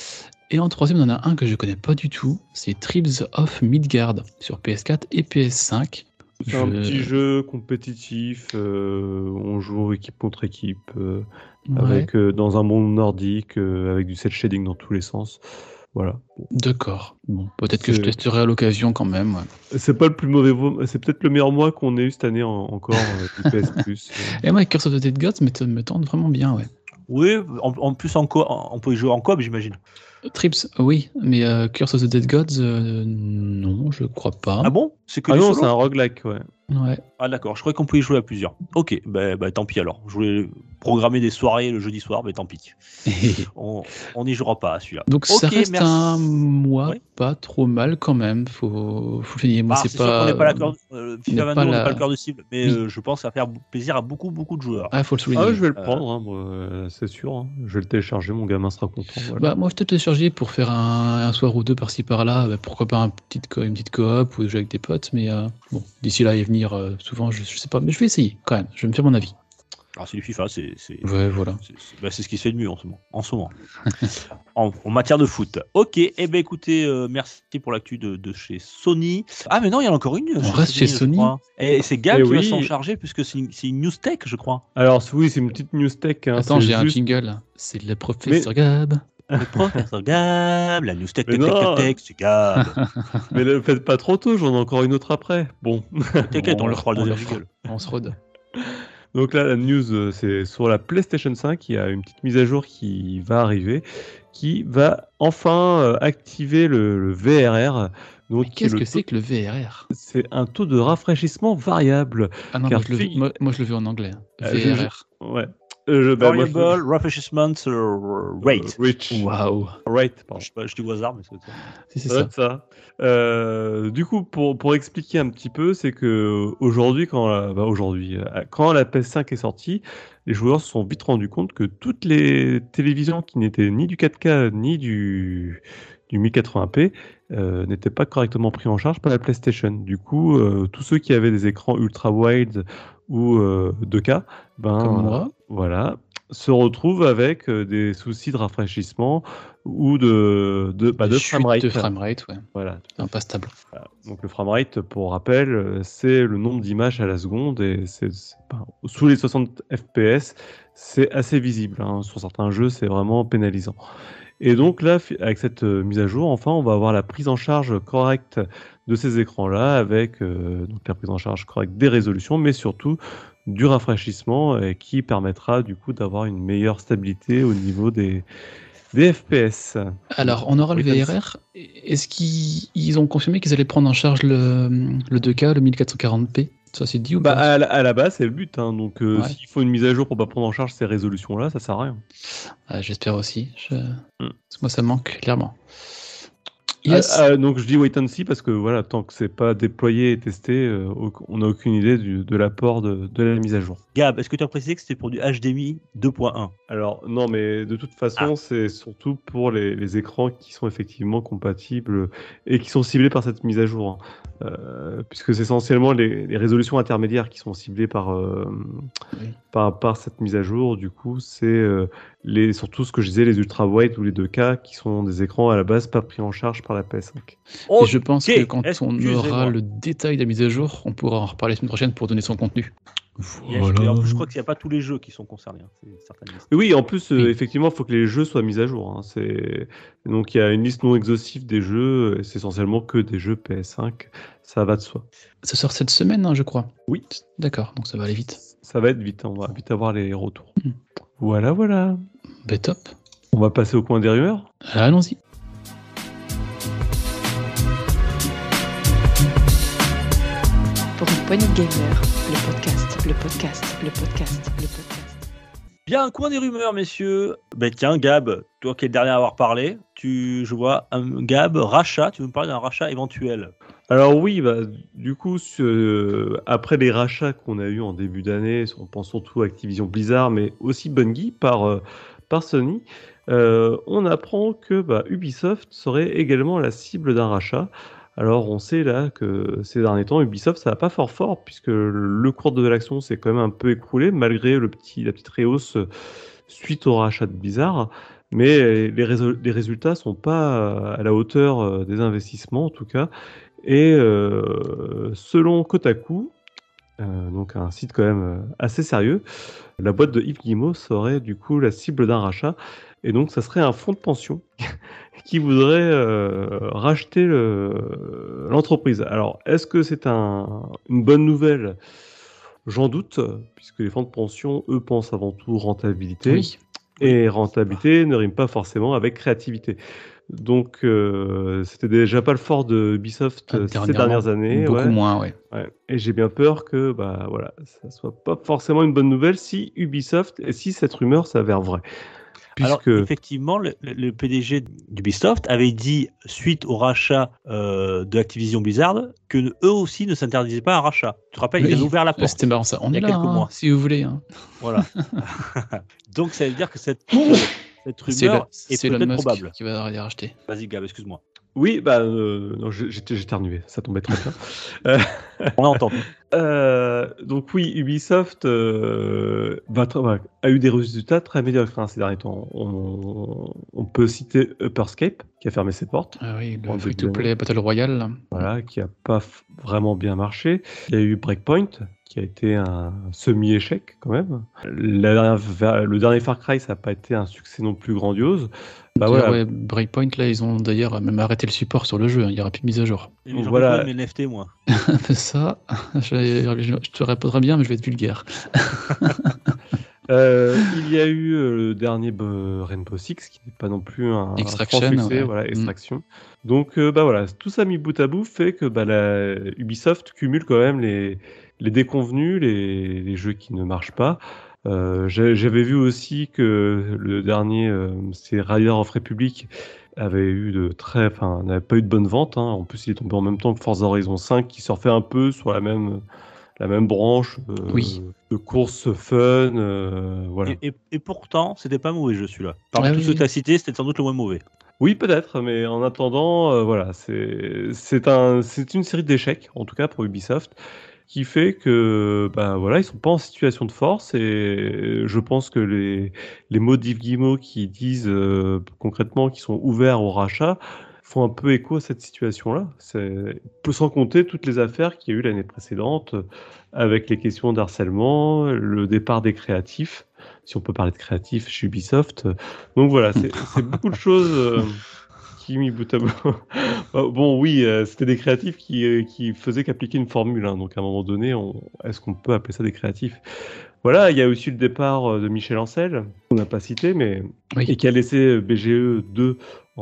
Et en troisième, on en a un que je connais pas du tout, c'est Tribes of Midgard sur P S quatre et P S cinq. C'est je... un petit jeu compétitif, euh, on joue équipe contre équipe, euh, ouais. avec, euh, dans un monde nordique, euh, avec du cel shading dans tous les sens. Voilà. D'accord. Bon, peut-être c'est... que je testerai à l'occasion quand même. Ouais. C'est pas le plus mauvais, c'est peut-être le meilleur mois qu'on ait eu cette année en, encore euh, du P S Plus. Et moi, Curse of the Dead Gods me, me tente vraiment bien, ouais. Oui, en, en plus en co- on peut y jouer en coop, j'imagine. Trips, oui, mais euh, Curse of the Dead Gods, euh, non, je crois pas. Ah bon? C'est que ah non, solos c'est un roguelike, ouais. Ouais. Ah d'accord, je croyais qu'on pouvait y jouer à plusieurs. Ok, bah, bah tant pis alors. Je voulais programmer des soirées le jeudi soir, mais tant pis. on n'y jouera pas à celui-là. Donc okay, ça reste merci. un mois ouais. pas trop mal quand même. Faut, faut finir. Moi, ah, c'est, c'est pas. sûr qu'on n'est pas la cœur. Euh, FIFA vingt-deux, on n'est la... pas le cœur de cible, mais oui. euh, je pense que ça va faire plaisir à beaucoup, beaucoup de joueurs. Ah, faut le souligner. Ah, je vais le prendre, euh... hein, moi, c'est sûr. Hein. Je vais le télécharger, mon gamin sera content. Voilà. Bah, moi, je vais te télécharger pour faire un, un soir ou deux par-ci par-là. Bah, pourquoi pas un petit co- une petite coop ou jouer avec des potes, mais euh, bon, d'ici là et venir, euh, souvent, je, je sais pas, mais je vais essayer quand même. Je vais me faire mon avis. Alors c'est du FIFA, c'est c'est, ouais, voilà. c'est, c'est, bah, c'est ce qui se fait de mieux en ce moment, en, ce moment. en, en matière de foot. Ok, et eh ben écoutez, euh, merci pour l'actu de, de chez Sony. Ah mais non, il y en a encore une. On reste chez Sony. Et c'est Gab et qui oui. va s'en charger puisque c'est une, c'est une news tech, je crois. Alors oui, c'est une petite news tech. Hein, Attends, c'est j'ai juste... un jingle. C'est le professeur mais... Gab. Le professeur Gab, la news tech, Mais tech, tech, non. tech, tech, c'est Gab. Mais ne le faites pas trop tôt, j'en ai encore une autre après. Bon. T'inquiète, on le leur fera le on deuxième fera. jingle. On se rôde. Donc là, la news, euh, c'est sur la PlayStation cinq, il y a une petite mise à jour qui va arriver, qui va enfin euh, activer le, le V R R. Donc, Mais qui est qu'est-ce le que taux- c'est que le V R R? C'est un taux de rafraîchissement variable. Ah non, Car moi je, le, fille- moi, moi, je le veux en anglais. hein. Euh, je- V R R. Ouais. Euh, je- bah, moi, je- Variable Refreshment euh, Rate. Euh, Rich. Waouh. Rate, pardon. Je sais pas, je dis au hasard, mais c'est ça. Si, c'est Ça doit ça. être ça. Euh, du coup, pour, pour expliquer un petit peu, c'est que aujourd'hui, quand la, bah aujourd'hui, euh, quand la P S cinq est sortie, les joueurs se sont vite rendus compte que toutes les télévisions qui n'étaient ni du quatre K ni du, du mille quatre-vingts p euh, n'étaient pas correctement pris en charge par la PlayStation. Du coup, euh, tous ceux qui avaient des écrans ultra wide ou euh, deux K, ben Comme moi. euh, voilà, se retrouvent avec euh, des soucis de rafraîchissement ou de de, bah, de Chute framerate. de framerate, ouais. Voilà. Un pas stable. Voilà. Donc le framerate, pour rappel, euh, c'est le nombre d'images à la seconde et c'est c'est pas- sous les soixante F P S, c'est assez visible. hein. Sur certains jeux, c'est vraiment pénalisant. Et donc là, fi- avec cette euh, mise à jour, enfin, on va avoir la prise en charge correcte de ces écrans-là, avec euh, donc la prise en charge correcte des résolutions, mais surtout du rafraîchissement euh, qui permettra du coup d'avoir une meilleure stabilité au niveau des, des F P S. Alors, on aura le Oui, V R R. Est-ce qu'ils ils ont confirmé qu'ils allaient prendre en charge le, le deux K, le mille quatre cent quarante p? Ça c'est dit ou Bah, pas? à, la, à la base, c'est le but. hein. Donc, euh, Ouais. s'il faut une mise à jour pour pas prendre en charge ces résolutions-là, ça sert à rien. Ah, j'espère aussi. Je- Mm. Parce que moi, ça manque, clairement. Yes. Ah, ah, donc, je dis wait and see parce que voilà, tant que c'est pas déployé et testé, euh, au- on n'a aucune idée du- de l'apport de, de la mise à jour. Gab, est-ce que tu as précisé que c'était pour du H D M I deux point un? Alors, non, mais de toute façon, Ah. c'est surtout pour les, les écrans qui sont effectivement compatibles et qui sont ciblés par cette mise à jour. hein. Euh, puisque c'est essentiellement les, les résolutions intermédiaires qui sont ciblées par, euh, Oui. par, par cette mise à jour. Du coup, c'est euh, les, surtout ce que je disais, les ultra wide ou les deux K qui sont des écrans à la base pas pris en charge par la P S cinq. Et je pense Ok, que quand on excusez-moi. aura le détail de la mise à jour, on pourra en reparler la semaine prochaine pour donner son contenu. Yes, et en plus, je crois qu'il n'y a pas tous les jeux qui sont concernés. hein, c'est certaines listes. Oui, en plus, euh, Oui. effectivement, il faut que les jeux soient mis à jour. hein. C'est... Donc, il y a une liste non exhaustive des jeux, et c'est essentiellement que des jeux P S cinq. Ça va de soi. Ça sort cette semaine, hein, je crois. Oui. D'accord, donc ça va aller vite. Ça va être vite, hein, on va vite avoir les retours. Mhm. Voilà, voilà. Ben top. On va passer au coin des rumeurs. Allons-y. Pour une poignée de gamers, le podcast, le podcast, le podcast, le podcast. Bien, coin des rumeurs, messieurs. Ben tiens, Gab, toi qui es le dernier à avoir parlé, tu, je vois un Gab, rachat, tu veux me parler d'un rachat éventuel? Alors oui, bah, du coup, ce- euh, après les rachats qu'on a eu en début d'année, on pense surtout à Activision Blizzard, mais aussi Bungie par, euh, par Sony, euh, on apprend que bah, Ubisoft serait également la cible d'un rachat. Alors on sait là que ces derniers temps, Ubisoft, ça va pas fort fort, puisque le cours de l'action s'est quand même un peu écroulé, malgré le petit, la petite réhausse euh, suite au rachat de Blizzard. Mais les, résu- les résultats sont pas à la hauteur euh, des investissements, en tout cas. Et euh, selon Kotaku, euh, donc un site quand même euh, assez sérieux, la boîte de Yves Guillemot serait du coup la cible d'un rachat. Et donc ça serait un fonds de pension qui voudrait euh, racheter le- l'entreprise. Alors est-ce que c'est un, une bonne nouvelle? J'en doute, puisque les fonds de pension, eux, pensent avant tout rentabilité. Oui. Et rentabilité ne rime pas forcément avec créativité. Donc, euh, c'était déjà pas le fort de Ubisoft euh, ces Dernièrement, dernières années. Beaucoup ouais. moins, ouais. Ouais. Et j'ai bien peur que, bah voilà, ça soit pas forcément une bonne nouvelle si Ubisoft et si cette rumeur s'avère vraie. Alors, Puisque effectivement, le, le- le P D G d'Ubisoft avait dit, suite au rachat euh, de Activision Blizzard, que eux aussi ne s'interdisaient pas un rachat. Tu te rappelles, ils Oui. avaient ouvert la Ouais, porte. C'était marrant ça. On Il y est a là, quelques hein, mois. si vous voulez. hein. Voilà. Donc, ça veut dire que cette, cette C'est rumeur le- est c'est Elon peut-être Musk probable. qui va les racheter. Vas-y, Gab, excuse-moi. oui, bah euh, non, j'ai j'ai- j'ai éternué, ça tombait très bien. Euh, On a entendu. Euh, donc oui, Ubisoft euh, va tra- va- a eu des résultats très médiocres hein, ces derniers temps. On, on peut citer Upperscape qui a fermé ses portes, Ah oui, En le début free-to-play Battle Royale. là. voilà, qui a pas f- vraiment bien marché. Il y a eu Breakpoint qui a été un semi-échec quand même. La dernière- le dernier Far Cry, ça n'a pas été un succès non plus grandiose. Bah D'ailleurs, voilà. ouais, Breakpoint, là, ils ont d'ailleurs même arrêté le support sur le jeu, hein, il n'y aura plus de mise à jour. Et j'en fais Voilà. pas mes N F T, moi. Ça, je, je te répondrai bien, mais je vais être vulgaire. Euh, il y a eu euh, le dernier euh, Rainbow Six, qui n'est pas non plus un, un Extraction, franc succès, ouais. voilà, Mm. Extraction. Donc, euh, bah voilà, tout ça mis bout à bout fait que bah, la Ubisoft cumule quand même les, les déconvenus, les, les jeux qui ne marchent pas. Euh, j'ai- J'avais vu aussi que le dernier, euh, c'est Riders of Republic, avait eu de très, enfin, n'avait pas eu de bonne vente. Hein. En plus, il est tombé en même temps que Forza Horizon cinq, qui surfait un peu sur la même, la même branche euh, Oui. de course fun. euh, voilà. Et, et- et pourtant, c'était pas mauvais, je suis là. Parmi Ah tous oui, ceux oui. que tu as cités, c'était sans doute le moins mauvais. Oui, peut-être, mais en attendant, euh, voilà, c'est c'est un, c'est une série d'échecs, en tout cas pour Ubisoft, qui fait que, bah voilà, ils sont pas en situation de force et je pense que les les mots d'Yves Guillemot qui disent euh, concrètement qu'ils sont ouverts au rachat font un peu écho à cette situation-là. C'est sans compter toutes les affaires qu'il y a eu l'année précédente euh, avec les questions d'harcèlement, le départ des créatifs, si on peut parler de créatifs chez Ubisoft. Donc voilà, c'est c'est beaucoup de choses. euh, qui mis bout à bout. Oh, bon, oui, euh, c'était des créatifs qui, euh, qui faisaient qu'appliquer une formule. Hein, donc à un moment donné, on- est-ce qu'on peut appeler ça des créatifs? Voilà, il y a aussi le départ euh, de Michel Ancel, qu'on n'a pas cité, mais Oui. et qui a laissé B G E deux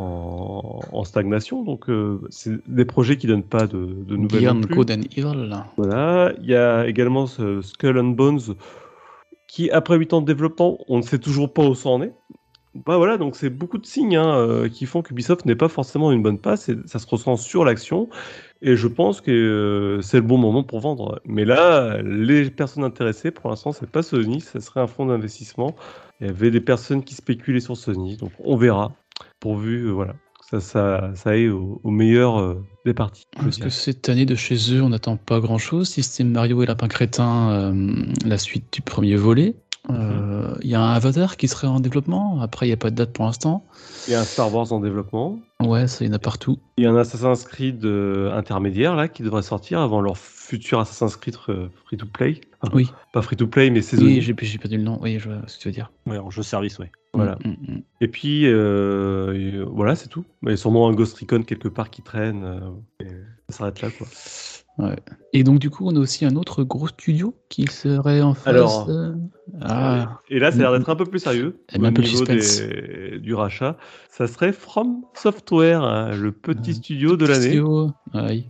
en, en stagnation. Donc euh, c'est des projets qui donnent pas de, de nouvelles non Beyond plus. Good and Evil. Voilà, il y a également ce Skull and Bones qui, après huit ans de développement, on ne sait toujours pas où ça en est. Bah voilà, donc c'est beaucoup de signes hein, euh, qui font qu'Ubisoft n'est pas forcément une bonne passe et ça se ressent sur l'action. Et je pense que euh, c'est le bon moment pour vendre. Mais là, les personnes intéressées, pour l'instant, c'est pas Sony, ça serait un fonds d'investissement. Il y avait des personnes qui spéculaient sur Sony, donc on verra, pourvu, euh, voilà, que ça, ça, ça aille au, au meilleur euh, des parties. je Parce que dirais. cette année de chez eux, on n'attend pas grand chose. Si c'était Mario et Lapin Crétin, euh, la suite du premier volet. Euh, Il y a un Avatar qui serait en développement. Après, il n'y a pas de date pour l'instant. Il y a un Star Wars en développement. Ouais, ça, il y en a partout. Il y a un Assassin's Creed euh, intermédiaire là qui devrait sortir avant leur futur Assassin's Creed euh, free-to-play. Enfin, Oui, pas free-to-play, mais saisonnier. oui, j'ai j'ai perdu le nom. Oui, je vois ce que tu veux dire. Ouais, en jeu service, oui. Voilà. Mm, mm, mm. Et puis, euh, et, euh, voilà, c'est tout. Il y a sûrement un Ghost Recon quelque part qui traîne. euh, et ça s'arrête là, quoi. Ouais. Et donc, du coup, on a aussi un autre gros studio qui serait en phase. Alors, euh, Ah, Et là, ça a l'air d'être un peu plus sérieux Elle met au un peu de niveau suspense. des- du rachat. Ça serait From Software, hein, le petit Euh, studio de petit l'année. studio. Ouais.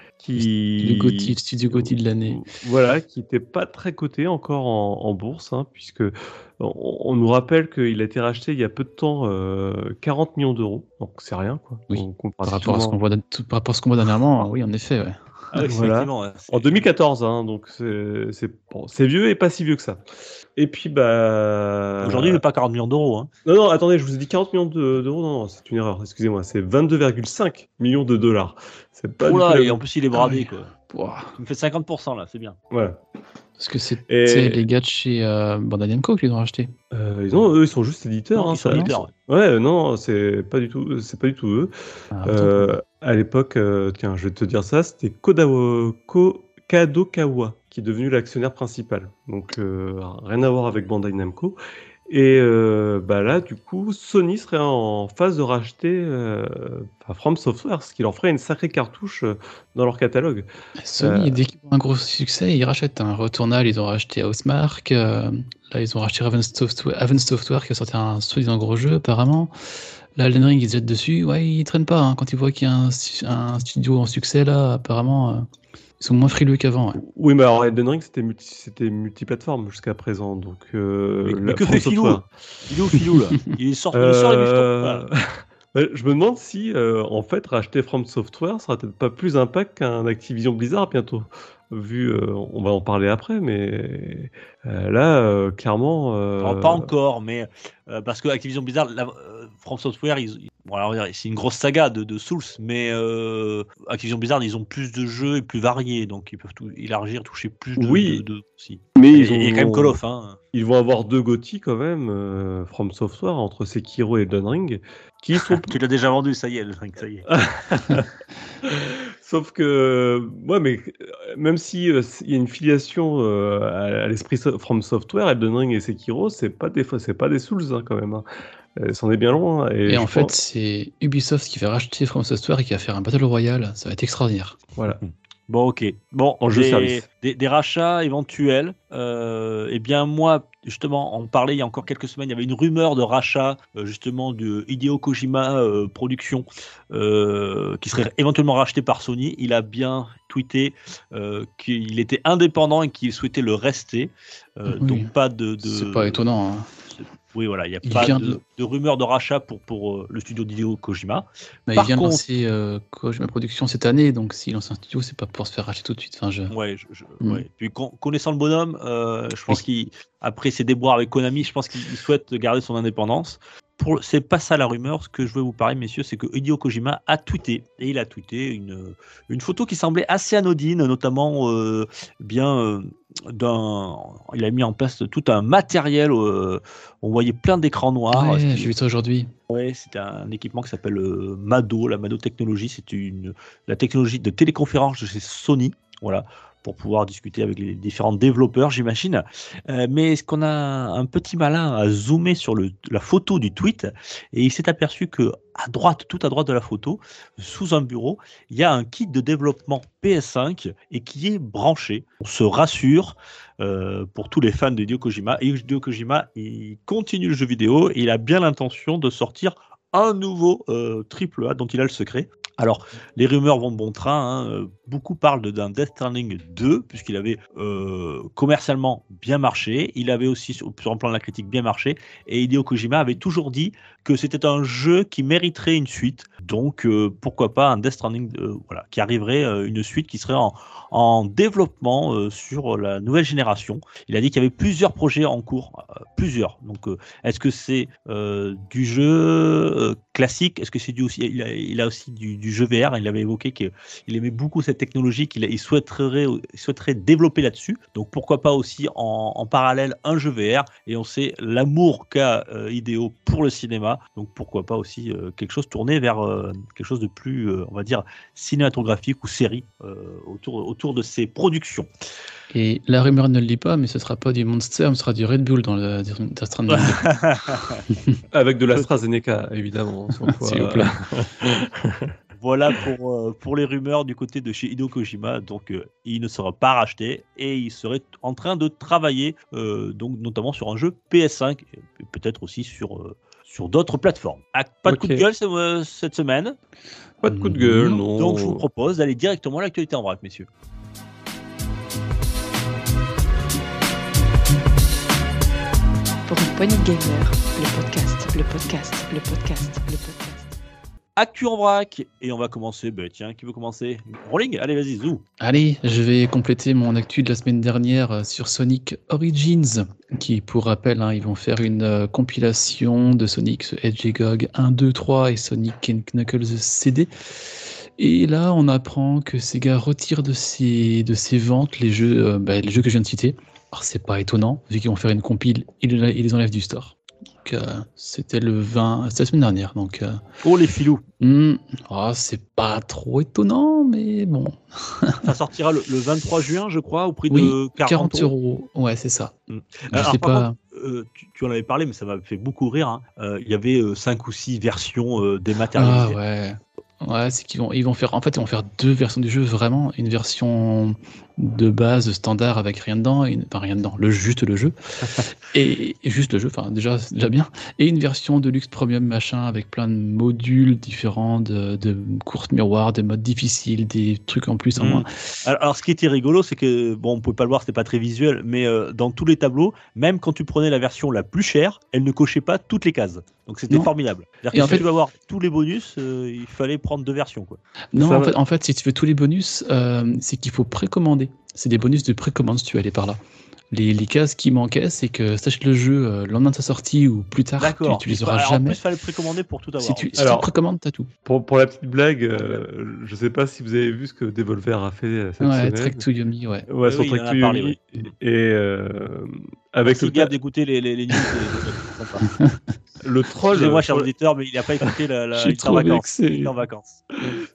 Qui... Le Gotti, le studio Gotti de l'année. Voilà, qui n'était pas très coté encore en, en bourse, hein, puisque on, on nous rappelle qu'il a été racheté il y a peu de temps euh, quarante millions d'euros. Donc c'est rien, quoi. Oui. On comparera Par rapport à ce qu'on voit, tout- par rapport à ce qu'on voit dernièrement, oui, en effet. Ouais. Ah, Voilà. effectivement, ouais, c'est- En deux mille quatorze, hein, donc c'est c'est bon, c'est vieux et pas si vieux que ça. Et puis, bah. Aujourd'hui, il n'est pas quarante millions d'euros. Hein. Non, non, attendez, je vous ai dit quarante millions de- d'euros. Non, non, c'est une erreur, excusez-moi. C'est vingt-deux virgule cinq millions de dollars. C'est pas du tout Oula, la et même- en plus, il est bradé, Ah oui. quoi. Ouah. Tu me fais cinquante pour cent là, c'est bien. Voilà. Parce que c'est Et- c'est les gars de chez euh, Bandai Namco qui les ont rachetés. Euh, non, eux, ils sont juste éditeurs. Non, hein, ils sont ça- éditeurs, Ouais, non, c'est pas du tout, c'est pas du tout eux. Ah, autant Euh, pour moi. à l'époque, euh, tiens, je vais te dire ça, c'était Kodawa, Ko- Kadokawa qui est devenu l'actionnaire principal. Donc euh, rien à voir avec Bandai Namco. Et euh, bah là, du coup, Sony serait en phase de racheter euh, enfin, From Software, ce qui leur ferait une sacrée cartouche euh, dans leur catalogue. Sony, euh, dès qu'ils ont un gros succès, ils rachètent. Un Returnal, ils ont racheté Housemarque. euh, là, ils ont racheté Raven Software, Raven Software qui a sorti un soi-disant gros jeu, apparemment. Là, Elden Ring, ils se jettent dessus. Ouais, ils traînent pas. Hein. Quand ils voient qu'il y a un, stu- un studio en succès, là, apparemment, euh, ils sont moins frileux qu'avant. Ouais. Oui, mais alors Elden Ring, c'était multi, c'était multiplateforme jusqu'à présent. Donc, euh, Mais- la- mais que From fait Philou Software. Il est où Philou là Il sort, il sort les bifetons. Voilà. Euh, ouais, je me demande si, euh, en fait, racheter From Software sera peut-être pas plus impact qu'un Activision Blizzard bientôt. Vu, euh, on va en parler après, mais Euh, là, euh, clairement. euh, Alors, pas encore, mais euh, parce que Activision Blizzard, la, euh, From Software, ils, ils- bon, alors, c'est une grosse saga de, de Souls, mais euh, Activision Blizzard, ils ont plus de jeux et plus variés, donc ils peuvent tout élargir, toucher plus de. Oui. de, de si. Mais Et, ils, ont, et quand même Call of, hein. ils vont avoir deux G O T Y quand même, euh, From Software, entre Sekiro et Elden Ring, qui sont. Tu l'as déjà vendu, ça y est, le truc, ça y est. Sauf que, ouais, mais euh, même si euh, il y a une filiation euh, à, à l'esprit so- From Software, Elden Ring et Sekiro, c'est pas des fois, c'est pas des Souls hein, quand même. Hein. Euh, c'en est bien loin. Et, Et je en fait, pense- c'est Ubisoft qui va racheter From Software et qui va faire un Battle Royale. Ça va être extraordinaire. voilà. Bon, ok. Bon, En jeu des, service. Des, des rachats éventuels. Euh, eh bien, moi, justement, on parlait il y a encore quelques semaines, il y avait une rumeur de rachat, euh, justement, de Hideo Kojima euh, Productions, euh, qui serait éventuellement racheté par Sony. Il a bien tweeté euh, qu'il était indépendant et qu'il souhaitait le rester. Euh, Oui. Donc, pas de. de... C'est pas étonnant. Hein. Oui, voilà, il n'y a Il pas vient de, de- de rumeur de rachat pour, pour euh, le studio d'Hideo Kojima. Mais Par il vient contre- de lancer euh, Kojima Productions cette année, donc s'il lance un studio, c'est pas pour se faire racheter tout de suite. Enfin, je... Ouais, je, je- Mm. ouais. Puis con- connaissant le bonhomme, euh, je pense qu'après ses déboires avec Konami, je pense qu'il il souhaite garder son indépendance. Pour, c'est pas ça la rumeur. Ce que je veux vous parler, messieurs, c'est que Hideo Kojima a tweeté et il a tweeté une, une photo qui semblait assez anodine, notamment euh, bien euh, d'un. Il a mis en place tout un matériel. euh, on voyait plein d'écrans noirs. Ouais, C'était- j'ai vu ça aujourd'hui. Ouais, c'est un équipement qui s'appelle euh, Mado, la Mado Technologie. C'est une la technologie de téléconférence de chez Sony, voilà, pour pouvoir discuter avec les différents développeurs, j'imagine. Euh, mais est-ce qu'on a un petit malin à zoomer sur le, la photo du tweet et il s'est aperçu que à droite, tout à droite de la photo, sous un bureau, il y a un kit de développement P S cinq et qui est branché. On se rassure euh, pour tous les fans de Hideo Kojima. Et Hideo Kojima, il continue le jeu vidéo et il a bien l'intention de sortir un nouveau euh, triple A dont il a le secret. Alors, les rumeurs vont de bon train. Hein. Beaucoup parlent de- d'un Death Stranding deux, puisqu'il avait euh, commercialement bien marché. Il avait aussi, sur sur le plan de la critique, bien marché. Et Hideo Kojima avait toujours dit que c'était un jeu qui mériterait une suite. Donc, euh, pourquoi pas un Death Stranding euh, voilà, qui arriverait, euh, une suite qui serait en, en développement euh, sur la nouvelle génération. Il a dit qu'il y avait plusieurs projets en cours. Euh, plusieurs. Donc, euh, est-ce que c'est euh, du jeu euh, classique? Est-ce que c'est du aussi, il a, il a aussi du, du jeu V R? Il avait évoqué qu'il aimait beaucoup cette technologie, qu'il il souhaiterait, il souhaiterait développer là-dessus. Donc pourquoi pas aussi en, en parallèle un jeu V R? Et on sait l'amour qu'a euh, Hideo pour le cinéma. Donc pourquoi pas aussi euh, quelque chose tourné vers euh, quelque chose de plus, euh, on va dire, cinématographique ou série euh, autour, autour de ces productions. Et la rumeur ne le dit pas, mais ce sera pas du Monster, ce sera du Red Bull dans le Death Stranding. Avec de l'AstraZeneca, évidemment. sans quoi, S'il vous plaît. Voilà pour, euh, pour les rumeurs du côté de chez Hideo Kojima. Donc, euh, il ne sera pas racheté et il serait en train de travailler, euh, donc, notamment sur un jeu P S cinq et peut-être aussi sur, euh, sur d'autres plateformes. Ah, pas de Ok. coup de gueule ce- euh, cette semaine. Pas de coup de gueule, Non. non. Donc, je vous propose d'aller directement à l'actualité en vrac, messieurs. Pour une poignée de gamers, le podcast, le podcast, le podcast, le podcast. Actu en vrac. Et on va commencer. Ben, tiens, qui veut commencer? Rolling. Allez, vas-y, zou. Allez, je vais compléter mon actu de la semaine dernière euh, sur Sonic Origins, qui, pour rappel, hein, ils vont faire une euh, compilation de Sonic Hedgehog un, deux, trois et Sonic and Knuckles C D. Et là, on apprend que Sega retire de ses, de ses ventes les jeux, euh, bah, les jeux que je viens de citer. Alors, c'est pas étonnant, vu qu'ils vont faire une compile, ils, ils les enlèvent du store. Donc, euh, c'était le vingt, c'était la semaine dernière. Donc, euh, Oh, les filous. hmm, ah, c'est pas trop étonnant, mais bon. Ça sortira le, le vingt-trois juin, je crois, au prix Oui, de quarante, quarante euros. euros. Ouais, c'est ça. Mm. Je Alors, sais par pas. contre, euh, tu, tu en avais parlé, mais ça m'a fait beaucoup rire. Hein. Euh, Il y avait euh, cinq ou six versions euh, Ah dématérialisées. ouais. Ouais, c'est qu'ils vont, ils vont faire. En fait, ils vont faire deux versions du jeu, vraiment. Une version de base standard avec rien dedans, et une, enfin rien dedans, le juste le jeu, et, et juste le jeu. Enfin déjà, c'est déjà bien. Et une version de luxe premium machin avec plein de modules différents, de, de courtes miroirs, de modes difficiles, des trucs en plus en Mm. moins. Alors, alors, ce qui était rigolo, c'est que, bon, on pouvait pas le voir, c'était pas très visuel, mais euh, dans tous les tableaux, même quand tu prenais la version la plus chère, elle ne cochait pas toutes les cases. Donc c'était Non. formidable. C'est-à-dire Et que en si fait- tu veux avoir tous les bonus, euh, il fallait prendre deux versions, quoi. Non, Ça en va. fait, en fait, si tu veux tous les bonus, euh, c'est qu'il faut précommander. C'est des bonus de précommande si tu veux aller par là. Les, les cases qui manquaient, c'est que si t'achètes le jeu euh, le lendemain de sa sortie ou plus tard, tu D'accord. l'utiliseras Alors, En jamais. plus, il fallait précommander pour tout avoir. Si tu, si Alors- tu précommandes, t'as tout. Pour, pour la petite blague, euh, je sais pas si vous avez vu ce que Devolver a fait euh, cette Ouais, semaine. Trek to Yomi, ouais. Ouais, Oui, sur oui, il Trek en a to parlé, Yomi. oui. Et euh, avec Merci le, Gab ta- d'écouter les, les, les news. et- sympa. le troll. Excusez-moi, euh, cher pour- auditeur, mais il n'a pas écouté la, la Je suis il était en trop vacances. vexé. Il était en vacances.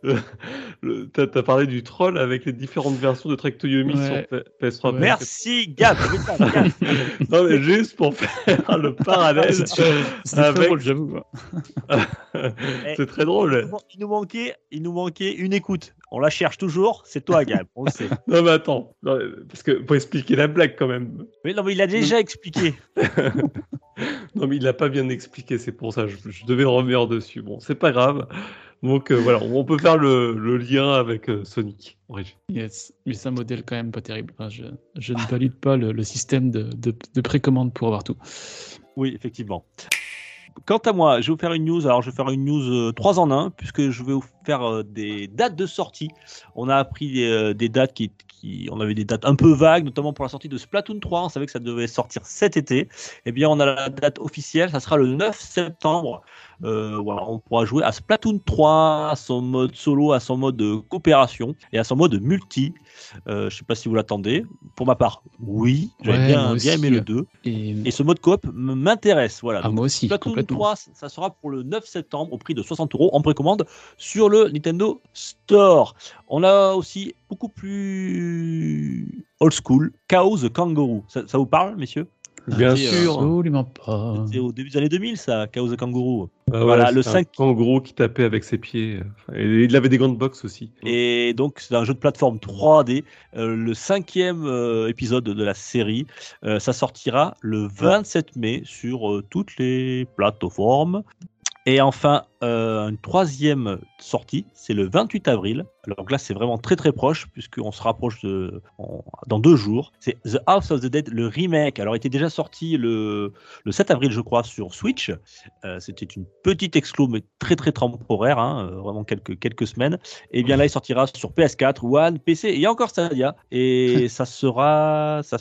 le- T'as t'as parlé du troll avec les différentes versions de Trek to Yomi Ouais. sur P- P S trois. Ouais. Merci Gab. putain, Gab. Non, mais juste pour faire le parallèle. C'était avec- très drôle, j'avoue. Il C'est très drôle. nous, il nous manquait, il nous manquait une écoute. On la cherche toujours. C'est toi, Gab. On le sait. Non, mais attends. Non, parce que pour expliquer la blague quand même. Mais non, mais il a déjà expliqué. Non, mais il l'a pas bien expliqué, c'est pour ça. Je, je devais revenir dessus. Bon, c'est pas grave. Donc euh, voilà, on peut faire le, le lien avec euh, Sonic. en régie. Yes, mais c'est un modèle quand même pas terrible. Enfin, je, je ne valide pas le, le système de, de, de précommande pour avoir tout. Oui, effectivement. Quant à moi, je vais vous faire une news. Alors, je vais faire une news trois en un, puisque je vais vous faire euh, des dates de sortie. On a appris euh, des dates qui, qui. On avait des dates un peu vagues, notamment pour la sortie de Splatoon trois. On savait que ça devait sortir cet été. Eh bien, on a la date officielle. Ça sera le neuf septembre. Euh, voilà, on pourra jouer à Splatoon trois, à son mode solo, à son mode coopération et à son mode multi. Euh, je ne sais pas si vous l'attendez. Pour ma part, oui. J'avais Ouais, bien, moi bien aussi. aimé le deux. Et, Et ce mode coop m- m'intéresse. Voilà. ah, Donc, moi aussi, Splatoon complètement. trois, ça sera pour le neuf septembre au prix de soixante euros en précommande sur le Nintendo Store. On a aussi beaucoup plus old school, Chaos the Kangaroo. Ça, ça vous parle, messieurs? Bien C'était, euh, sûr. Absolument pas. C'était au début des années deux mille, ça, Chaos the Kangaroo. Ah ouais, voilà, le c'est un cinq. kangourou qui tapait avec ses pieds. Et il avait des grandes box aussi. Et donc, c'est un jeu de plateforme trois D, euh, le cinquième euh, épisode de la série. Euh, ça sortira le vingt-sept mai sur euh, toutes les plateformes. Et enfin, euh, une troisième sortie, c'est le vingt-huit avril. Alors là, c'est vraiment très très proche, puisqu'on se rapproche de, en- dans deux jours. C'est The House of the Dead, le remake. Alors, il était déjà sorti le, le sept avril, je crois, sur Switch. Euh, C'était une petite exclo, mais très très temporaire, hein, euh, vraiment quelques, quelques semaines. Et bien là, il sortira sur P S quatre, One, P C et encore Stadia. Et ça sera, ça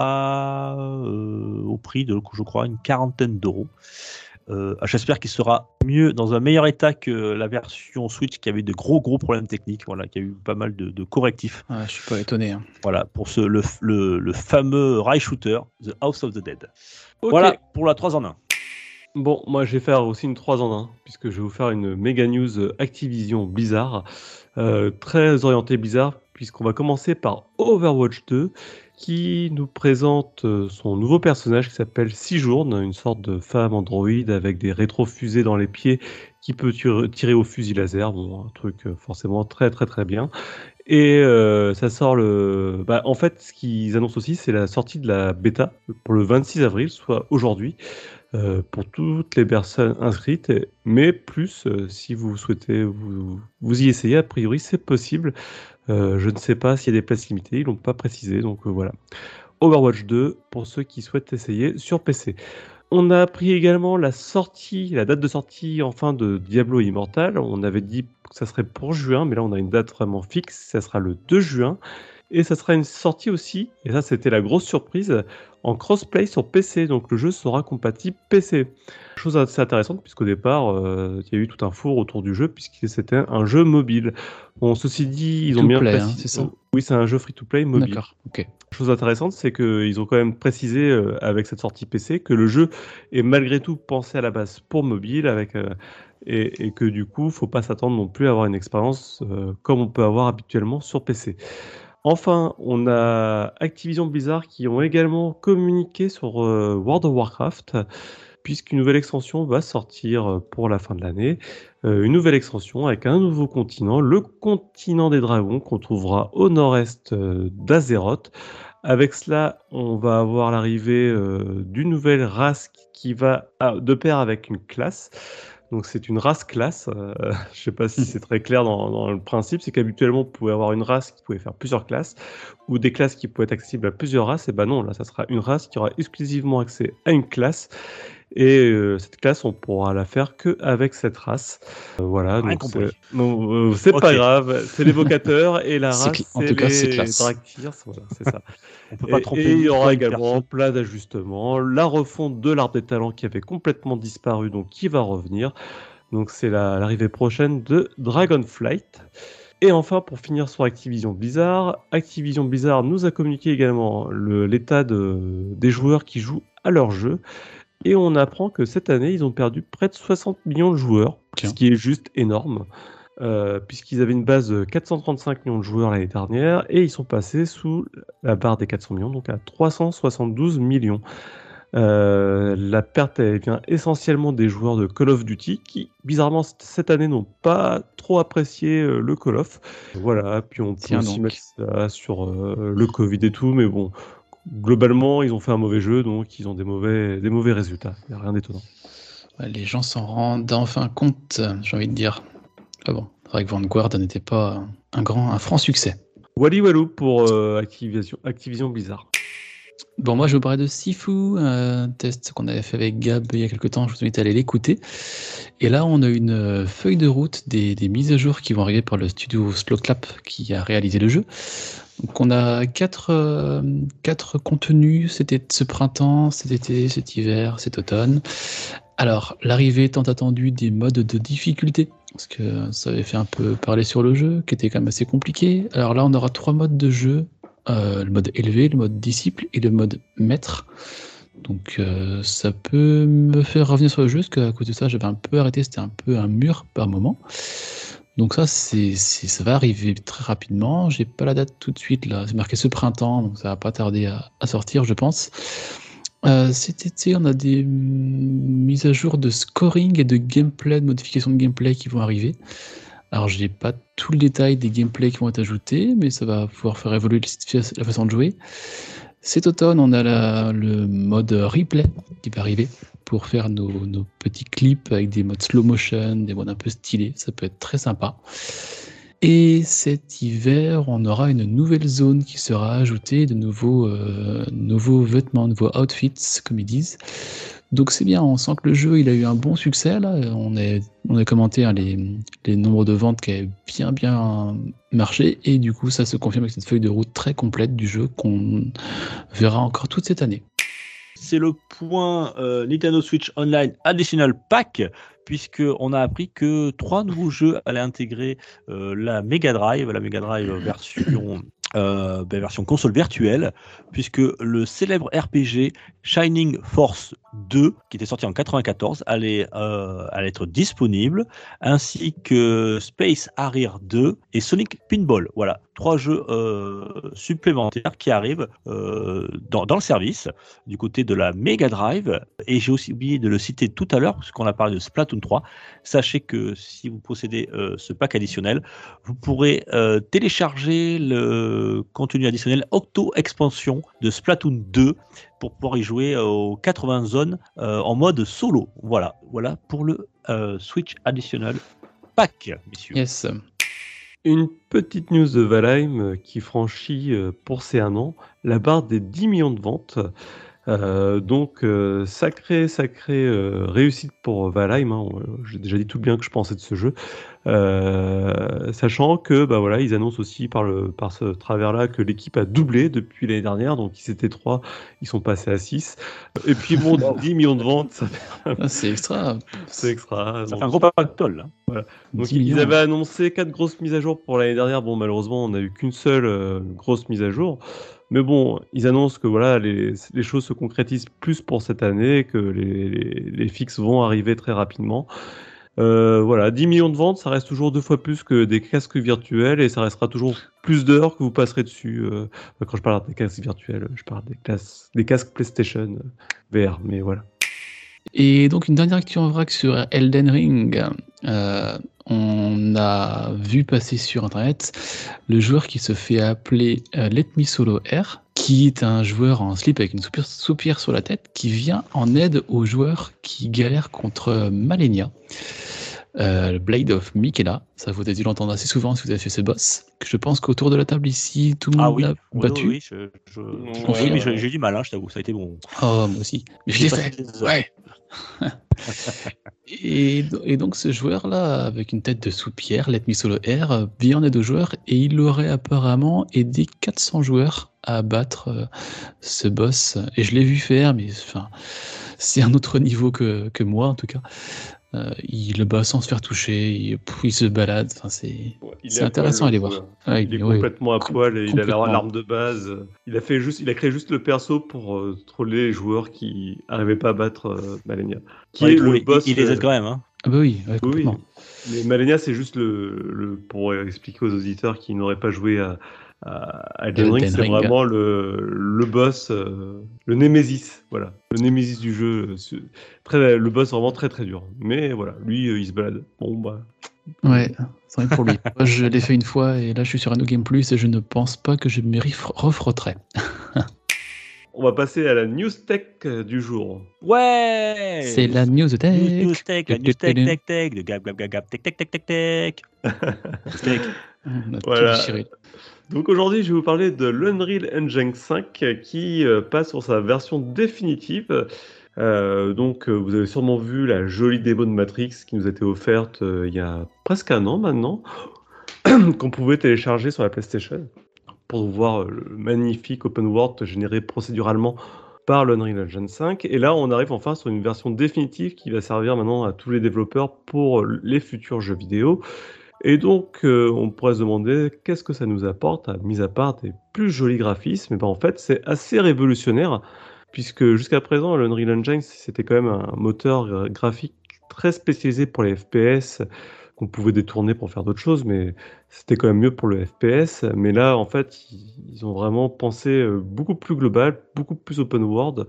sera euh, au prix de, je crois, une quarantaine d'euros. Euh, J'espère qu'il sera mieux, dans un meilleur état que la version Switch qui avait de gros gros problèmes techniques, voilà, qui a eu pas mal de, de correctifs. Ah, je suis pas étonné. Hein. Voilà, pour ce, le, le, le fameux rail shooter, The House of the Dead. Ok. Voilà pour la trois en un. Bon, moi je vais faire aussi une trois en un, puisque je vais vous faire une méga news euh, Activision Blizzard, euh, très orientée Blizzard, puisqu'on va commencer par Overwatch deux, qui nous présente euh, son nouveau personnage qui s'appelle Sejourn, une sorte de femme androïde avec des rétrofusées dans les pieds qui peut tir- tirer au fusil laser, bon, un truc euh, forcément très très très bien. Et euh, ça sort le... Bah, en fait, ce qu'ils annoncent aussi, c'est la sortie de la bêta pour le vingt-six avril, soit aujourd'hui. Euh, pour toutes les personnes inscrites, mais plus euh, si vous souhaitez vous, vous y essayer, a priori c'est possible. Euh, je ne sais pas s'il y a des places limitées, ils l'ont pas précisé, donc euh, voilà. Overwatch deux pour ceux qui souhaitent essayer sur P C. On a appris également la sortie, la date de sortie enfin de Diablo Immortal. On avait dit que ça serait pour juin, mais là on a une date vraiment fixe, ça sera le deux juin. Et ça sera une sortie aussi, et ça c'était la grosse surprise, en crossplay sur P C, donc le jeu sera compatible P C. Chose assez intéressante, puisqu'au départ, euh, il y a eu tout un four autour du jeu, puisque c'était un jeu mobile. Bon, ceci dit, ils ont bien Free-to-play, hein, précisé... c'est ça Oui, c'est un jeu free-to-play mobile. D'accord, ok. Chose intéressante, c'est qu'ils ont quand même précisé, euh, avec cette sortie P C, que le jeu est malgré tout pensé à la base pour mobile, avec... Euh, et, et que du coup, faut pas s'attendre non plus à avoir une expérience euh, comme on peut avoir habituellement sur P C. Enfin, on a Activision Blizzard qui ont également communiqué sur euh, World of Warcraft, puisqu'une nouvelle extension va sortir pour la fin de l'année. Euh, une nouvelle extension avec un nouveau continent, le continent des dragons, qu'on trouvera au nord-est euh, d'Azeroth. Avec cela, on va avoir l'arrivée euh, d'une nouvelle race qui va ah, de pair avec une classe. Donc c'est une race classe, euh, je ne sais pas si c'est très clair dans, dans le principe, c'est qu'habituellement vous pouvez avoir une race qui pouvait faire plusieurs classes, ou des classes qui pouvaient être accessibles à plusieurs races, et ben non, là ça sera une race qui aura exclusivement accès à une classe, Et euh, cette classe, on pourra la faire que avec cette race. Euh, voilà, Rien donc compris. c'est, non, euh, c'est pas Ok. grave. C'est l'évocateur et la C'est race, cl- en c'est tout cas, c'est les classe. Draktyrs. Voilà, c'est ça. On peut pas Et, tromper et il y une aura fois une également personne. plein d'ajustements. La refonte de l'arbre des talents qui avait complètement disparu, donc qui va revenir. Donc c'est la- l'arrivée prochaine de Dragonflight. Et enfin, pour finir sur Activision Blizzard, Activision Blizzard nous a communiqué également le- l'état de- des joueurs qui jouent à leur jeu. Et on apprend que cette année, ils ont perdu près de soixante millions de joueurs, Tiens. ce qui est juste énorme, euh, puisqu'ils avaient une base de quatre cent trente-cinq millions de joueurs l'année dernière, et ils sont passés sous la barre des quatre cents millions, donc à trois cent soixante-douze millions. Euh, la perte elle vient essentiellement des joueurs de Call of Duty qui, bizarrement, c- cette année n'ont pas trop apprécié euh, le Call of. Voilà, puis on peut Tiens aussi donc. mettre ça sur euh, le Covid et tout, mais bon, globalement, ils ont fait un mauvais jeu, donc ils ont des mauvais, des mauvais résultats. Il n'y a rien d'étonnant. Ouais, les gens s'en rendent enfin compte, j'ai envie de dire. Ah bon, c'est vrai que Vanguard n'était pas un grand, un franc succès. Wally Walou pour euh, Activision, Activision Blizzard. Bon, moi je vous parlais de Sifu, un test qu'on avait fait avec Gab il y a quelques temps, je vous invite à aller l'écouter. Et là, on a une euh, feuille de route des, des mises à jour qui vont arriver par le studio Slowclap qui a réalisé le jeu. Donc on a quatre, euh, quatre contenus, c'était ce printemps, cet été, cet hiver, cet automne. Alors, l'arrivée tant attendue des modes de difficulté, parce que ça avait fait un peu parler sur le jeu, qui était quand même assez compliqué. Alors là, on aura trois modes de jeu, euh, le mode élevé, le mode disciple et le mode maître. Donc euh, ça peut me faire revenir sur le jeu, parce qu'à cause de ça, j'avais un peu arrêté, c'était un peu un mur par moment. Donc ça, c'est, c'est, ça va arriver très rapidement. J'ai pas la date tout de suite, là. C'est marqué ce printemps, donc ça va pas tarder à, à sortir, je pense. Euh, cet été, on a des mm, mises à jour de scoring et de gameplay, de modification de gameplay qui vont arriver. Alors, j'ai pas tout le détail des gameplays qui vont être ajoutés, mais ça va pouvoir faire évoluer le- la façon de jouer. Cet automne, on a la- le mode replay qui va arriver pour faire nos, nos petits clips avec des modes slow motion, des modes un peu stylés. Ça peut être très sympa. Et cet hiver, on aura une nouvelle zone qui sera ajoutée, de nouveaux, euh, nouveaux vêtements, nouveaux outfits, comme ils disent. Donc c'est bien, on sent que le jeu il a eu un bon succès. Là. On, est, on a commenté hein, les, les nombres de ventes qui avaient bien bien marché. Et du coup, ça se confirme avec cette feuille de route très complète du jeu qu'on verra encore toute cette année. C'est le point euh, Nintendo Switch Online Additional Pack, puisqu'on a appris que trois nouveaux jeux allaient intégrer euh, la Mega Drive, la Mega Drive version, euh, ben, version console virtuelle, puisque le célèbre R P G Shining Force deux, qui était sorti en quatre-vingt-quatorze, allait, euh, allait être disponible, ainsi que Space Harrier deux et Sonic Pinball. Voilà, trois jeux euh, supplémentaires qui arrivent euh, dans, dans le service du côté de la Mega Drive. Et j'ai aussi oublié de le citer tout à l'heure, puisqu'on a parlé de Splatoon trois. Sachez que si vous possédez euh, ce pack additionnel, vous pourrez euh, télécharger le contenu additionnel Octo Expansion de Splatoon deux pour pouvoir y jouer aux quatre-vingts zones euh, en mode solo. Voilà, voilà pour le euh, Switch Additional Pack, messieurs. Yes. Une petite news de Valheim euh, qui franchit euh, pour ces un an la barre des dix millions de ventes. Euh, donc, euh, sacré, sacré euh, réussite pour Valheim. Hein. J'ai déjà dit tout le bien que je pensais de ce jeu. Euh, sachant que, bah voilà, ils annoncent aussi par, le, par ce travers-là que l'équipe a doublé depuis l'année dernière. Donc, ils étaient trois, ils sont passés à six. Et puis, bon, dix millions de ventes, ça fait Ah, c'est extra. c'est extra. Ça Donc, fait un gros pactole. Hein. donc dix ils millions. avaient annoncé quatre grosses mises à jour pour l'année dernière. Bon, malheureusement, on n'a eu qu'une seule euh, grosse mise à jour. Mais bon, ils annoncent que voilà, les, les choses se concrétisent plus pour cette année, que les, les, les fixes vont arriver très rapidement. Euh, voilà, dix millions de ventes, ça reste toujours deux fois plus que des casques virtuels et ça restera toujours plus d'heures que vous passerez dessus. Euh, quand je parle des casques virtuels, je parle des, classes, des casques PlayStation V R, mais voilà. Et donc une dernière actu en vrac sur Elden Ring. Euh, on a vu passer sur internet le joueur qui se fait appeler euh, Let Me Solo R, qui est un joueur en slip avec une soupir, soupière sur la tête, qui vient en aide aux joueurs qui galèrent contre Malenia. Euh, le Blade of Miquella, ça vous a dû l'entendre assez souvent si vous avez fait ce boss. Que je pense qu'autour de la table ici, tout le monde Ah oui, l'a oui, battu. oui, je, je... Ouais, oui, mais ouais. j'ai j'ai eu du mal, hein, je t'avoue, ça a été bon. Oh, moi aussi. Mais je l'ai J'ai fait. passé des heures. Ouais. Et, et donc ce joueur-là, avec une tête de soupière, Let Me Solo Air, vient en aide aux joueurs et il aurait apparemment aidé quatre cents joueurs à abattre euh, ce boss. Et je l'ai vu faire, mais enfin, c'est un autre niveau que, que moi en tout cas. Euh, il le bat sans se faire toucher, il, pff, il se balade, enfin, c'est, Ouais, il est c'est à intéressant à poil, aller le voir. joueur. Ouais, Il est ouais, complètement à com- poil et il a la- complètement. l'arme de base. Il a fait juste, il a créé juste le perso pour euh, troller les joueurs qui n'arrivaient pas à battre euh, Malenia, qui Ouais, est il, trouve le les- boss. il- il les euh, aide quand même. Hein. Ah bah oui, ouais, Oui, complètement. oui. Mais Malenia, c'est juste le, le pour expliquer aux auditeurs qui n'auraient pas joué à, à, à Elden Ring, Elden c'est Ring. vraiment le, le boss, euh, le Némésis, voilà, le Némésis du jeu. euh, c'est Très, le boss vraiment très très dur. Mais voilà, lui, euh, il se balade. Bon bah. Ouais, c'est vrai pour lui. Moi, je l'ai fait une fois et là je suis sur un No Game Plus et je ne pense pas que je m'y ref- refrotterai. On va passer à la news tech euh, du jour. Ouais. C'est la news News, tech. news tech, la news tech, tech, tech, de gab, gab, gab, gab, tech, tech, tech, tech, tech. News tech. On a tout Voilà. déchiré. Donc aujourd'hui, je vais vous parler de l'Unreal Engine cinq euh, qui euh, passe sur sa version définitive. Euh, donc, euh, vous avez sûrement vu la jolie démo de Matrix qui nous a été offerte euh, il y a presque un an maintenant, qu'on pouvait télécharger sur la PlayStation pour voir euh, le magnifique open world généré procéduralement par l'Unreal Engine cinq. Et là, on arrive enfin sur une version définitive qui va servir maintenant à tous les développeurs pour les futurs jeux vidéo. Et donc, euh, on pourrait se demander qu'est-ce que ça nous apporte, à- mis à part des plus jolis graphismes. Et ben en fait, c'est assez révolutionnaire, puisque jusqu'à présent, l'Unreal Engine, c'était quand même un moteur euh, graphique très spécialisé pour les F P S, qu'on pouvait détourner pour faire d'autres choses, mais c'était quand même mieux pour le F P S. Mais là, en fait, ils, ils ont vraiment pensé euh, beaucoup plus global, beaucoup plus open world.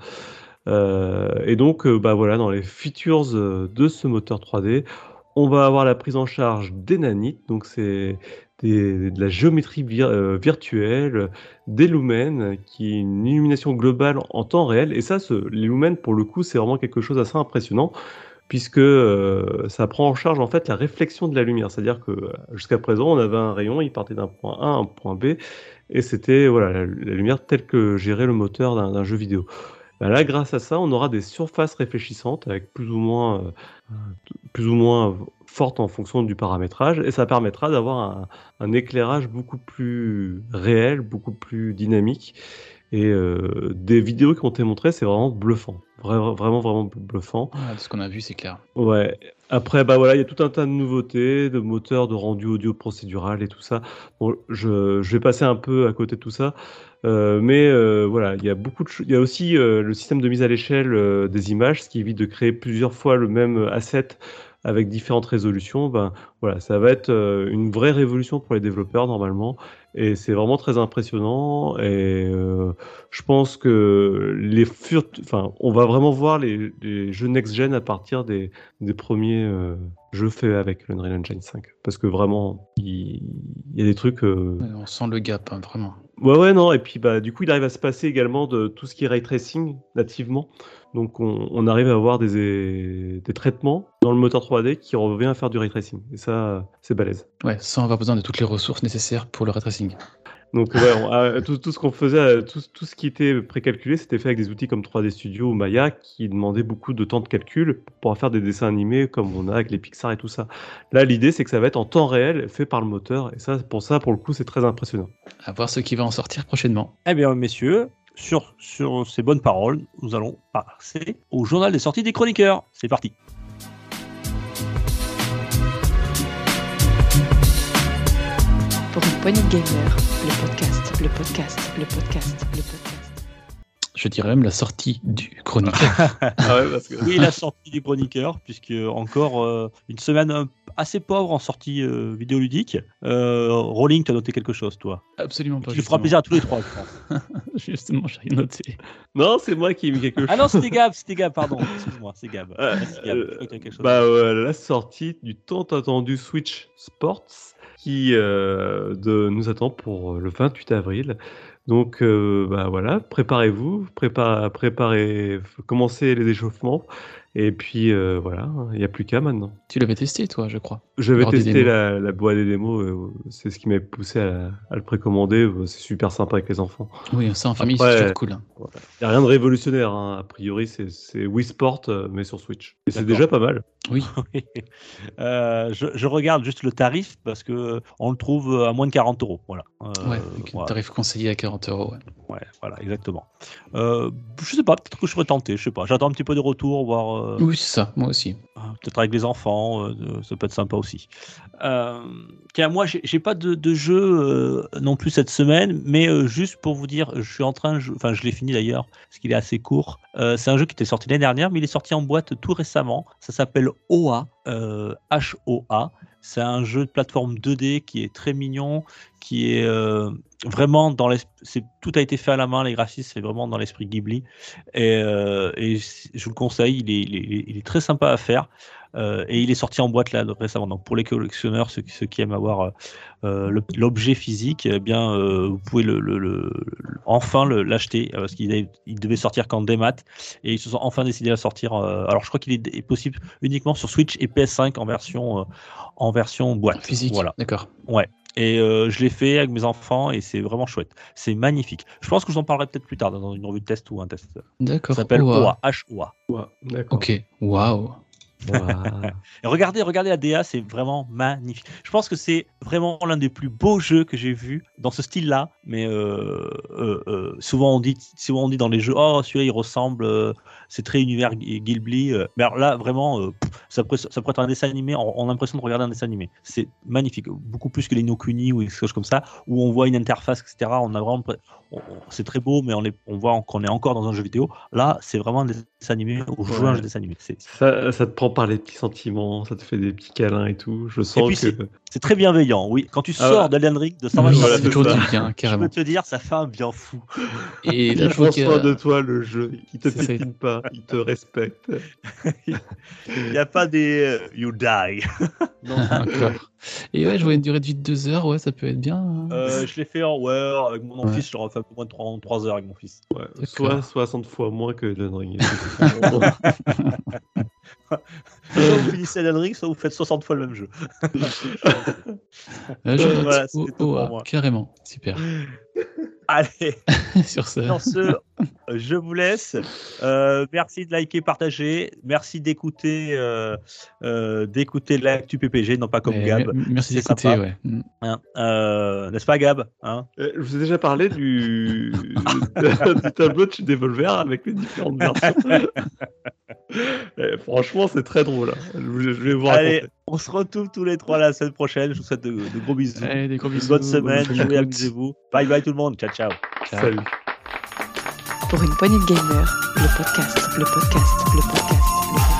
Euh, et donc, euh, bah voilà, dans les features euh, de ce moteur trois D, on va avoir la prise en charge des nanites, donc c'est des- de la géométrie vir- euh, virtuelle, des lumens, qui est une illumination globale en temps réel. Et ça, ce, les lumens, pour le coup, c'est vraiment quelque chose d'assez impressionnant, puisque euh, ça prend en charge en fait la réflexion de la lumière. C'est-à-dire que euh, jusqu'à présent, on avait un rayon, il partait d'un point A à un point B, et c'était voilà, la, la lumière telle que gérait le moteur d'un d'un jeu vidéo. Bah là, grâce à ça, on aura des surfaces réfléchissantes avec plus ou moins, euh, plus ou moins fortes en fonction du paramétrage, et ça permettra d'avoir un, un éclairage beaucoup plus réel, beaucoup plus dynamique. Et euh, des vidéos qui ont été montrées, c'est vraiment bluffant, Vra- vraiment vraiment bluffant. Ah, de ce qu'on a vu, c'est clair. Ouais. Après, bah voilà, il y a tout un tas de nouveautés, de moteurs de rendu audio procédural et tout ça. Bon, je, je vais passer un peu à côté de tout ça. Euh, mais euh, voilà, il y a beaucoup de choses. Il y a aussi euh, le système de mise à l'échelle euh, des images, ce qui évite de créer plusieurs fois le même asset avec différentes résolutions. Ben voilà, ça va être euh, une vraie révolution pour les développeurs normalement, et c'est vraiment très impressionnant. Et euh, je pense que les furt... enfin, on va vraiment voir les, les jeux next-gen à partir des, des premiers euh, jeux faits avec l'Unreal Engine cinq, parce que vraiment, il, il y a des trucs. euh, Ouais, on sent le gap, hein, vraiment. Ouais, ouais, non, et puis bah, du coup, il arrive à se passer également de tout ce qui est ray tracing nativement. Donc, on, on arrive à avoir des, des traitements dans le moteur trois D qui revient à faire du ray tracing. Et ça, c'est balèze. Ouais, sans avoir besoin de toutes les ressources nécessaires pour le ray tracing. Donc, ouais, on- ah, tout, tout ce qu'on faisait, euh, tout, tout ce qui était précalculé, c'était fait avec des outils comme trois D Studio ou Maya qui demandaient beaucoup de temps de calcul pour pouvoir faire des dessins animés comme on a avec les Pixar et tout ça. Là, l'idée, c'est que ça va être en temps réel, fait par le moteur. Et ça, pour ça, pour le coup, c'est très impressionnant. À voir ce qui va en sortir prochainement. Eh bien, messieurs, sur, sur ces bonnes paroles, nous allons passer au journal des sorties des chroniqueurs. C'est parti. Pour une poignée de gamers, le podcast, le podcast, le podcast, le podcast. Je dirais même la sortie du chroniqueur. Ah ouais, parce que... Oui, la sortie des chroniqueurs, puisque encore euh, une semaine euh, assez pauvre en sortie euh, vidéoludique. Euh, Rolling, tu as noté quelque chose, toi. Absolument pas. Qui nous fera plaisir à tous les trois, je pense. Justement, j'ai rien noté. Non, c'est moi qui ai mis quelque chose. Ah non, c'était Gab, c'était Gab, pardon. Excuse-moi, c'est Gab. Euh, Merci, Gab. euh, Je crois que tu as quelque chose. Bah, ouais, la sortie du tant attendu Switch Sports qui euh, de, nous attend pour le vingt-huit avril. Donc euh, bah voilà, préparez-vous, prépa- préparez, commencez les échauffements Et puis euh, voilà, il n'y a plus qu'à maintenant. Tu l'avais testé, toi, je crois. Je vais Lors des tester démos. la, la boîte des démos, euh, c'est ce qui m'a poussé à, à le précommander. euh, C'est super sympa avec les enfants. Oui, ça en famille, Après, c'est toujours cool. hein. Il n'y a rien de révolutionnaire, hein. A priori, c'est, c'est Wii Sport, euh, mais sur Switch. Et c'est D'accord. déjà pas mal. Oui, Oui. Euh, je, je regarde juste le tarif parce que on le trouve à moins de quarante euros. Voilà. Euh, ouais, avec un voilà. tarif conseillé à quarante euros. Ouais. Ouais, voilà, exactement. Euh, je sais pas, peut-être que je serais tenté, je sais pas. J'attends un petit peu de retour, voir. euh, Oui, c'est ça, moi aussi. euh, peut-être avec les enfants, euh, de- ça peut être sympa aussi. Euh, tiens, moi, j'ai j'ai pas de, de jeu euh, non plus cette semaine, mais euh, juste pour vous dire, je suis en train, je- enfin, je l'ai fini d'ailleurs, parce qu'il est assez court. Euh, c'est un jeu qui était sorti l'année dernière, mais il est sorti en boîte tout récemment. Ça s'appelle O A, euh, H O A. C'est un jeu de plateforme deux D qui est très mignon, qui est euh, vraiment dans l'esprit. c'est- Tout a été fait à la main, les graphismes, c'est vraiment dans l'esprit Ghibli. Et, euh, et je vous le conseille, il est, il est- il est très sympa à faire. Euh, et il est sorti en boîte là récemment. Donc pour les collectionneurs, ceux, qui- ceux qui aiment avoir euh, le- l'objet physique, eh bien euh, vous pouvez le, le- le- le- enfin le- l'acheter euh, parce qu'il est- il devait sortir qu'en démat et ils se sont enfin décidés à sortir. euh, alors je crois qu'il est, est possible uniquement sur Switch et P S cinq en version euh, en version boîte. Physique, Voilà. d'accord. Et euh, je l'ai fait avec mes enfants et c'est vraiment chouette. C'est magnifique. Je pense que je vous en parlerai peut-être plus tard dans une revue de test ou un test. Ça D'accord. s'appelle O O A. A, H O A. Ouais, d'accord. Ok, waouh. Ouah. Et regardez, regardez la D A, c'est vraiment magnifique. Je pense que c'est vraiment l'un des plus beaux jeux que j'ai vu dans ce style-là. Mais euh, euh, euh, souvent on dit, souvent on dit dans les jeux, oh celui-là il ressemble, euh, c'est très univers Ghi- Ghibli. euh. Mais alors là vraiment, euh, pff, ça, pourrait, ça pourrait être un dessin animé. On, on a l'impression de regarder un dessin animé. C'est magnifique, beaucoup plus que les No Kuni ou des choses comme ça, où on voit une interface, et cetera. On a vraiment, on- on- c'est très beau, mais on, est, on voit qu'on est encore dans un jeu vidéo. Là, c'est vraiment un dessin animé. Ou jouer à un Ouais. jeu dessin animé. C'est, Ça, ça te prend par les petits sentiments, ça te fait des petits câlins et tout. Je sens puis, que. C'est très bienveillant, oui. Quand tu Ah sors ouais. d'Elden Ring, de Oui, cent vingt voilà, c'est c'est toujours ça. du bien, je carrément. peux te dire, ça fait un bien fou. Et là, Il je vois prend qu'il y soin a- de toi, le jeu. Il te C'est ça. piétine pas, il te respecte. Il n'y a pas des euh, you die. Non, Encore. Et ouais, je vois une durée de vie de deux heures, ouais, ça peut être bien. hein. Euh, je l'ai fait en ouais, avec mon Ouais. fils, je l'aurais fait un peu moins de trois heures avec mon fils. ouais, D'accord. soit soixante fois moins que Elden Ring. effectivement. Soit vous finissez Elden Ring, soit vous faites soixante fois le même jeu. Là, je note. Voilà, Oh, c'était tout oh, pour ah, moi. carrément, super. Allez, Sur ce, sur ce, je vous laisse. Euh, merci de liker, partager. Merci d'écouter, euh, euh, d'écouter l'actu P P G, non pas comme mais Gab. m- merci c'est d'écouter, sympa. ouais. Mm. Hein. Euh, n'est-ce pas, Gab, hein? Euh, Je vous ai déjà parlé du, du tableau de chez Devolver avec les différentes versions. Eh, franchement, c'est très drôle. hein. Je vous- je vais vous raconter. Allez, on se retrouve tous les trois la semaine prochaine. Je vous souhaite de, de gros bisous. Allez, des gros Une bisous. bonne semaine, bonne jouez, écoute. amusez-vous. Bye bye tout le monde. Ciao, ciao. Ciao. Salut. Pour une poignée de gamers, le podcast, le podcast, le podcast, le podcast.